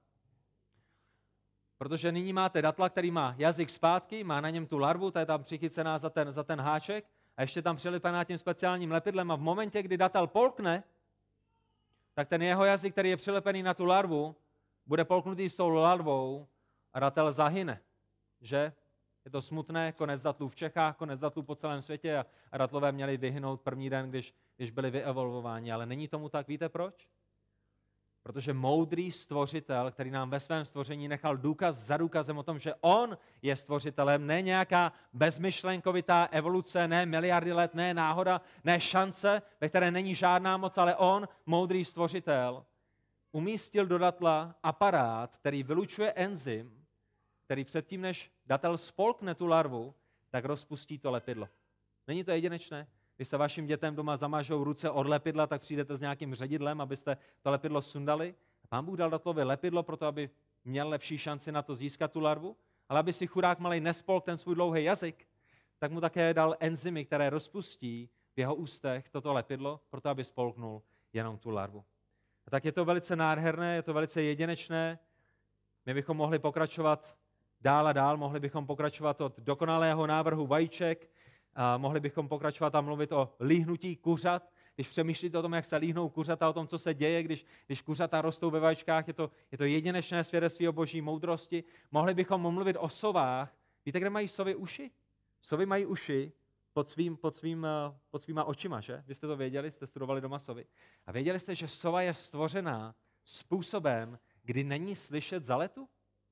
protože nyní máte datla, který má jazyk zpátky, má na něm tu larvu, ta je tam přichycená za ten háček a ještě tam přilepená tím speciálním lepidlem a v momentě, kdy datel polkne, tak ten jeho jazyk, který je přilepený na tu larvu, bude polknutý s tou larvou a datel zahyne. Že? Je to smutné, konec datlů v Čechách, konec datlů po celém světě a datlové měli vyhynout první den, když byli vyevolvováni. Ale není tomu tak, víte proč? Protože moudrý stvořitel, který nám ve svém stvoření nechal důkaz za důkazem o tom, že on je stvořitelem, ne nějaká bezmyšlenkovitá evoluce, ne miliardy let, ne náhoda, ne šance, ve které není žádná moc, ale on, moudrý stvořitel, umístil do datla aparát, který vylučuje enzym, který předtím, než datel spolkne tu larvu, tak rozpustí to lepidlo. Není to jedinečné? Když se vašim dětem doma zamažou ruce od lepidla, tak přijdete s nějakým ředidlem, abyste to lepidlo sundali. Pán Bůh dal datlovi lepidlo, proto aby měl lepší šanci na to získat tu larvu, ale aby si chudák malej nespolk ten svůj dlouhý jazyk, tak mu také dal enzymy, které rozpustí v jeho ústech toto lepidlo, proto aby spolknul jenom tu larvu. A tak je to velice nádherné, je to velice jedinečné. My bychom mohli pokračovat dál a dál, mohli bychom pokračovat od dokonalého návrhu vajíček, a mohli bychom pokračovat a mluvit o líhnutí kuřat. Když přemýšlíte o tom, jak se líhnou kuřata, o tom, co se děje, když kuřata rostou ve vajíčkách, je to jedinečné svědectví o boží moudrosti. Mohli bychom mluvit o sovách. Víte, kde mají sovy uši? Sovy mají uši pod svýma očima, že? Vy jste to věděli, jste studovali doma sovy. A věděli jste, že sova je stvořená způsobem, kdy není slyšet zaletu?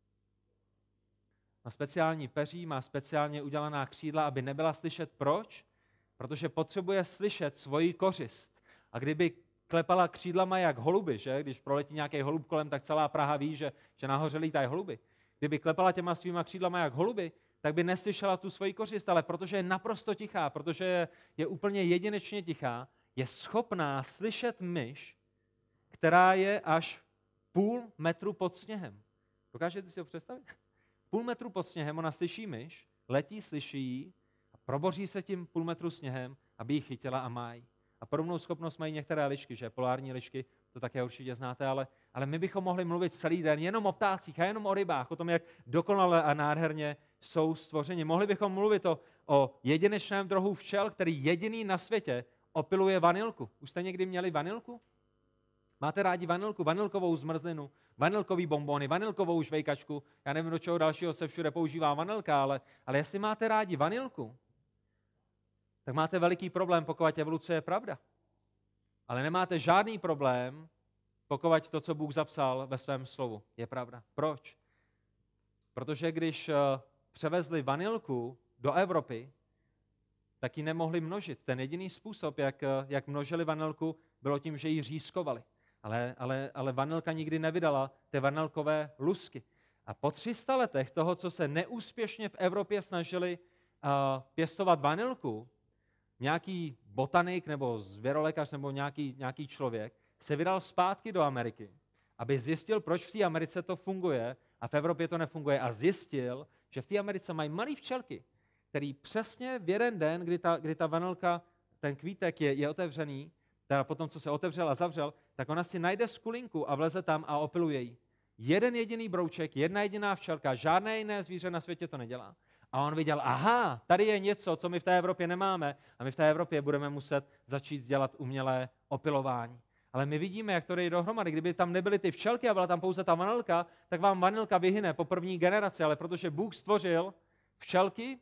Má speciální peří, má speciálně udělaná křídla, aby nebyla slyšet. Proč? Protože potřebuje slyšet svoji kořist. A kdyby klepala křídlama jak holuby, že? Když proletí nějaký holub kolem, tak celá Praha ví, že nahoře lítají holuby. Kdyby klepala těma svýma křídlama jak holuby, tak by neslyšela tu svoji kořist, ale protože je naprosto tichá, protože je úplně jedinečně tichá, je schopná slyšet myš, která je až 0,5 metru pod sněhem. Dokážete si ho představit? 0,5 metru pod sněhem, ona slyší myš, letí, slyší ji a proboří se tím 0,5 metru sněhem, aby ji chytila a má ji. A podobnou schopnost mají některé lišky, že polární lišky, to také určitě znáte, ale my bychom mohli mluvit celý den jenom o ptácích a jenom o rybách, o tom, jak dokonale a nádherně jsou stvořeni. Mohli bychom mluvit o jedinečném druhu včel, který jediný na světě opiluje vanilku. Už jste někdy měli vanilku? Máte rádi vanilku, vanilkovou zmrzlinu, vanilkový bonbony, vanilkovou žvejkačku. Já nevím, do čeho dalšího se všude používá vanilka, ale jestli máte rádi vanilku, tak máte veliký problém, pokud evoluce je pravda. Ale nemáte žádný problém, pokud to, co Bůh zapsal ve svém slovu, je pravda. Proč? Protože když převezli vanilku do Evropy, tak ji nemohli množit. Ten jediný způsob, jak množili vanilku, bylo tím, že ji řízkovali. Ale vanilka nikdy nevydala ty vanilkové lusky. A po 300 letech toho, co se neúspěšně v Evropě snažili pěstovat vanilku, nějaký botanik nebo zvěrolékař nebo nějaký člověk se vydal zpátky do Ameriky, aby zjistil, proč v té Americe to funguje a v Evropě to nefunguje. A zjistil, že v té Americe mají malý včelky, který přesně v jeden den, kdy ta vanilka, ten kvítek je otevřený, teda potom, co se otevřel a zavřel, tak ona si najde skulinku a vleze tam a opiluje ji. Jeden jediný brouček, jedna jediná včelka, žádné jiné zvíře na světě to nedělá. A on viděl, aha, tady je něco, co my v té Evropě nemáme a my v té Evropě budeme muset začít dělat umělé opilování. Ale my vidíme, jak to jde dohromady. Kdyby tam nebyly ty včelky a byla tam pouze ta vanilka, tak vám vanilka vyhyne po první generaci, ale protože Bůh stvořil včelky,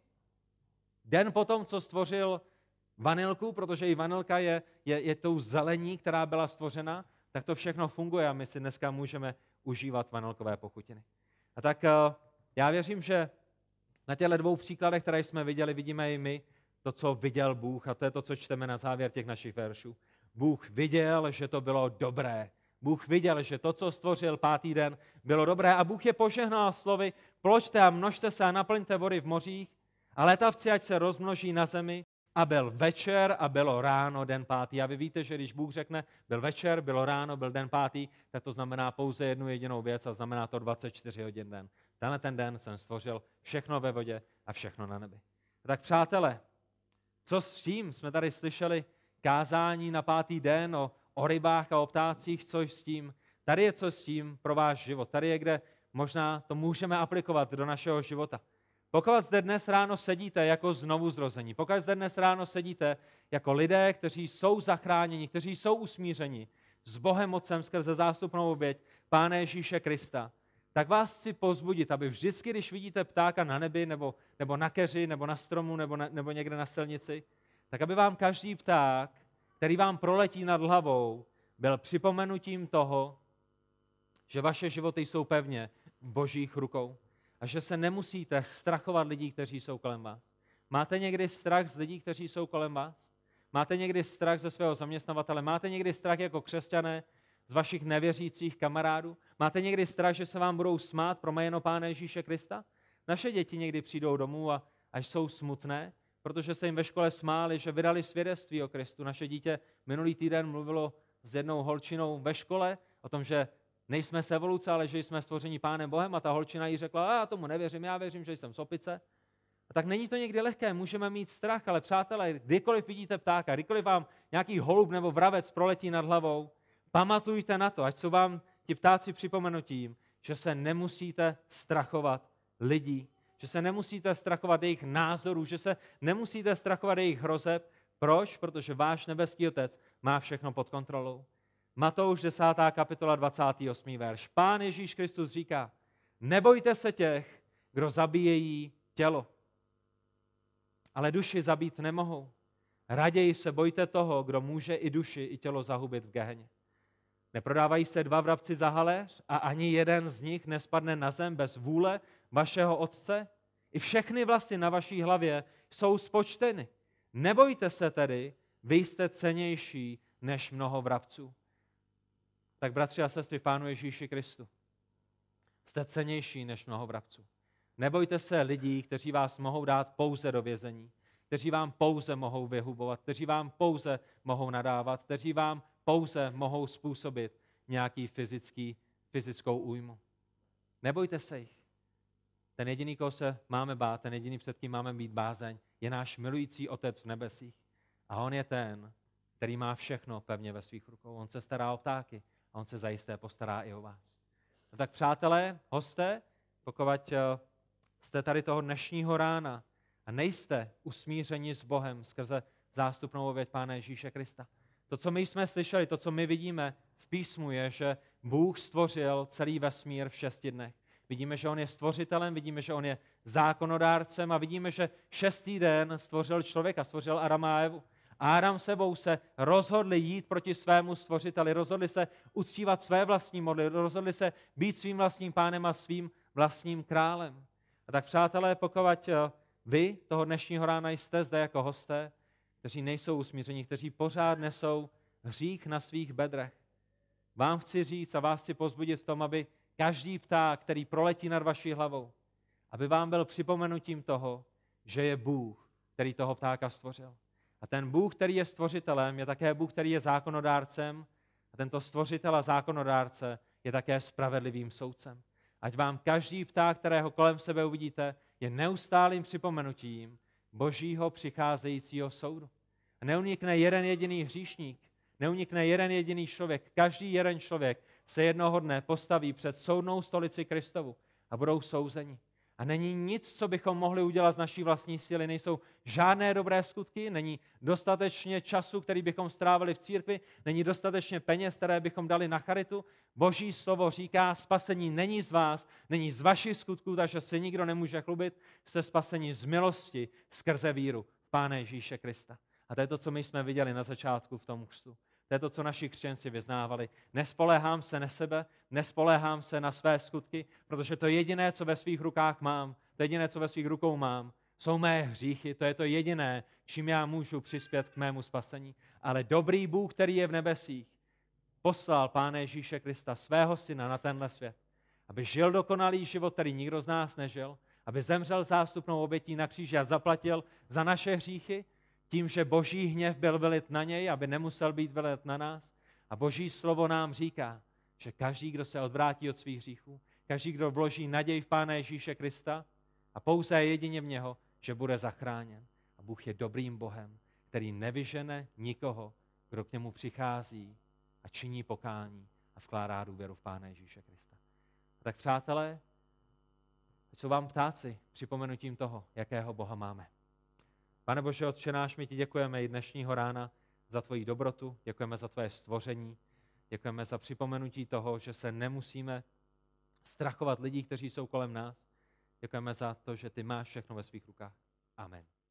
den potom, co stvořil vanilku, protože i vanilka je tou zelení, která byla stvořena, tak to všechno funguje a my si dneska můžeme užívat vanilkové pochutiny. A tak já věřím, že na těchto dvou příkladech, které jsme viděli, vidíme i my to, co viděl Bůh, a to je to, co čteme na závěr těch našich veršů. Bůh viděl, že to bylo dobré. Bůh viděl, že to, co stvořil 5. den, bylo dobré a Bůh je požehnal slovy: ploďte a množte se a naplňte vody v mořích a letavci ať se rozmnoží na zemi. A byl večer a bylo ráno den 5. A vy víte, že když Bůh řekne, byl večer, bylo ráno, byl den 5., tak to znamená pouze jednu jedinou věc a znamená to 24 hodin den. Tenhle ten den jsem stvořil všechno ve vodě a všechno na nebi. A tak přátelé, co s tím? Jsme tady slyšeli kázání na 5. den o rybách a o ptácích, co s tím? Tady je co s tím pro váš život. Tady je, kde možná to můžeme aplikovat do našeho života. Pokud zde dnes ráno sedíte jako znovuzrození, pokud zde dnes ráno sedíte jako lidé, kteří jsou zachráněni, kteří jsou usmířeni s Bohem Otcem skrze zástupnou oběť Pána Ježíše Krista, tak vás chci povzbudit, aby vždycky, když vidíte ptáka na nebi, nebo na keři, nebo na stromu, nebo někde na silnici, tak aby vám každý pták, který vám proletí nad hlavou, byl připomenutím toho, že vaše životy jsou pevně v Božích rukou. A že se nemusíte strachovat lidí, kteří jsou kolem vás. Máte někdy strach z lidí, kteří jsou kolem vás? Máte někdy strach ze svého zaměstnavatele? Máte někdy strach jako křesťané z vašich nevěřících kamarádů? Máte někdy strach, že se vám budou smát pro jméno Pána Ježíše Krista? Naše děti někdy přijdou domů a až jsou smutné, protože se jim ve škole smáli, že vydali svědectví o Kristu. Naše dítě minulý týden mluvilo s jednou holčinou ve škole o tom, že nejsme z evoluce, ale že jsme stvoření Pánem Bohem, a ta holčina jí řekla: já tomu nevěřím, já věřím, že jsem z opice. A tak není to někdy lehké, můžeme mít strach, ale přátelé, kdykoliv vidíte ptáka, kdykoliv vám nějaký holub nebo vravec proletí nad hlavou, pamatujte na to, ať jsou vám ti ptáci připomenutím, že se nemusíte strachovat lidí, že se nemusíte strachovat jejich názorů, že se nemusíte strachovat jejich hrozeb. Proč? Protože váš nebeský Otec má všechno pod kontrolou. Matouš 10. kapitola 28. verš. Pán Ježíš Kristus říká: nebojte se těch, kdo zabíjejí tělo, ale duši zabít nemohou. Raději se bojte toho, kdo může i duši, i tělo zahubit v geheně. Neprodávají se 2 vrabci za haléř a ani jeden z nich nespadne na zem bez vůle vašeho Otce? I všechny vlasy na vaší hlavě jsou spočteny. Nebojte se tedy, vy jste cennější než mnoho vrabců. Tak bratři a sestry v Pánu Ježíši Kristu, jste cennější než mnoho vrabců. Nebojte se lidí, kteří vás mohou dát pouze do vězení, kteří vám pouze mohou vyhubovat, kteří vám pouze mohou nadávat, kteří vám pouze mohou způsobit nějaký fyzickou újmu. Nebojte se jich. Ten jediný, koho se máme bát, ten jediný, před kým máme mít bázeň, je náš milující Otec v nebesích. A on je ten, který má všechno pevně ve svých rukou. On se stará o ptáky a on se zajisté postará i o vás. No tak přátelé, hosté, pokud jste tady toho dnešního rána a nejste usmířeni s Bohem skrze zástupnou oběť Pána Ježíše Krista. To, co my jsme slyšeli, to, co my vidíme v písmu, je, že Bůh stvořil celý vesmír v 6 dnech. Vidíme, že on je stvořitelem, vidíme, že on je zákonodárcem a vidíme, že 6. den stvořil člověka, stvořil Adama a Evu. Adam sebou se rozhodli jít proti svému stvořiteli, rozhodli se uctívat své vlastní modly, rozhodli se být svým vlastním pánem a svým vlastním králem. A tak, přátelé, pokud vy toho dnešního rána jste zde jako hosté, kteří nejsou usmíření, kteří pořád nesou hřích na svých bedrech, vám chci říct a vás chci povzbudit v tom, aby každý pták, který proletí nad vaší hlavou, aby vám byl připomenutím toho, že je Bůh, který toho ptáka stvořil. A ten Bůh, který je stvořitelem, je také Bůh, který je zákonodárcem. A tento stvořitel a zákonodárce je také spravedlivým soudcem. Ať vám každý pták, kterého kolem sebe uvidíte, je neustálým připomenutím Božího přicházejícího soudu. A neunikne jeden jediný hříšník, neunikne jeden jediný člověk. Každý jeden člověk se jednoho dne postaví před soudnou stolici Kristovu a budou souzeni. A není nic, co bychom mohli udělat z naší vlastní síly. Nejsou žádné dobré skutky, není dostatečně času, který bychom strávili v církvi, není dostatečně peněz, které bychom dali na charitu. Boží slovo říká, spasení není z vás, není z vašich skutků, takže se nikdo nemůže chlubit. Jste spasení z milosti skrze víru v Pána Ježíše Krista. A to je to, co my jsme viděli na začátku v tom křtu. To je to, co naši křesťanci vyznávali. Nespoléhám se na sebe, nespoléhám se na své skutky, protože to jediné, co ve svých rukách mám, to jediné, co ve svých rukou mám, jsou mé hříchy, to je to jediné, čím já můžu přispět k mému spasení. Ale dobrý Bůh, který je v nebesích, poslal Pána Ježíše Krista, svého syna, na tenhle svět, aby žil dokonalý život, který nikdo z nás nežil, aby zemřel zástupnou obětí na kříži a zaplatil za naše hříchy, tím, že Boží hněv byl vylit na něj, aby nemusel být vylit na nás. A Boží slovo nám říká, že každý, kdo se odvrátí od svých hříchů, každý, kdo vloží naději v Pána Ježíše Krista a pouze jedině v něho, že bude zachráněn. A Bůh je dobrým Bohem, který nevyžene nikoho, kdo k němu přichází a činí pokání a vkládá důvěru v Pána Ježíše Krista. A tak, přátelé, jsou vám ptáci připomenutím toho, jakého Boha máme. Pane Bože, Otče náš, my ti děkujeme i dnešního rána za tvoji dobrotu, děkujeme za tvoje stvoření, děkujeme za připomenutí toho, že se nemusíme strachovat lidí, kteří jsou kolem nás. Děkujeme za to, že ty máš všechno ve svých rukách. Amen.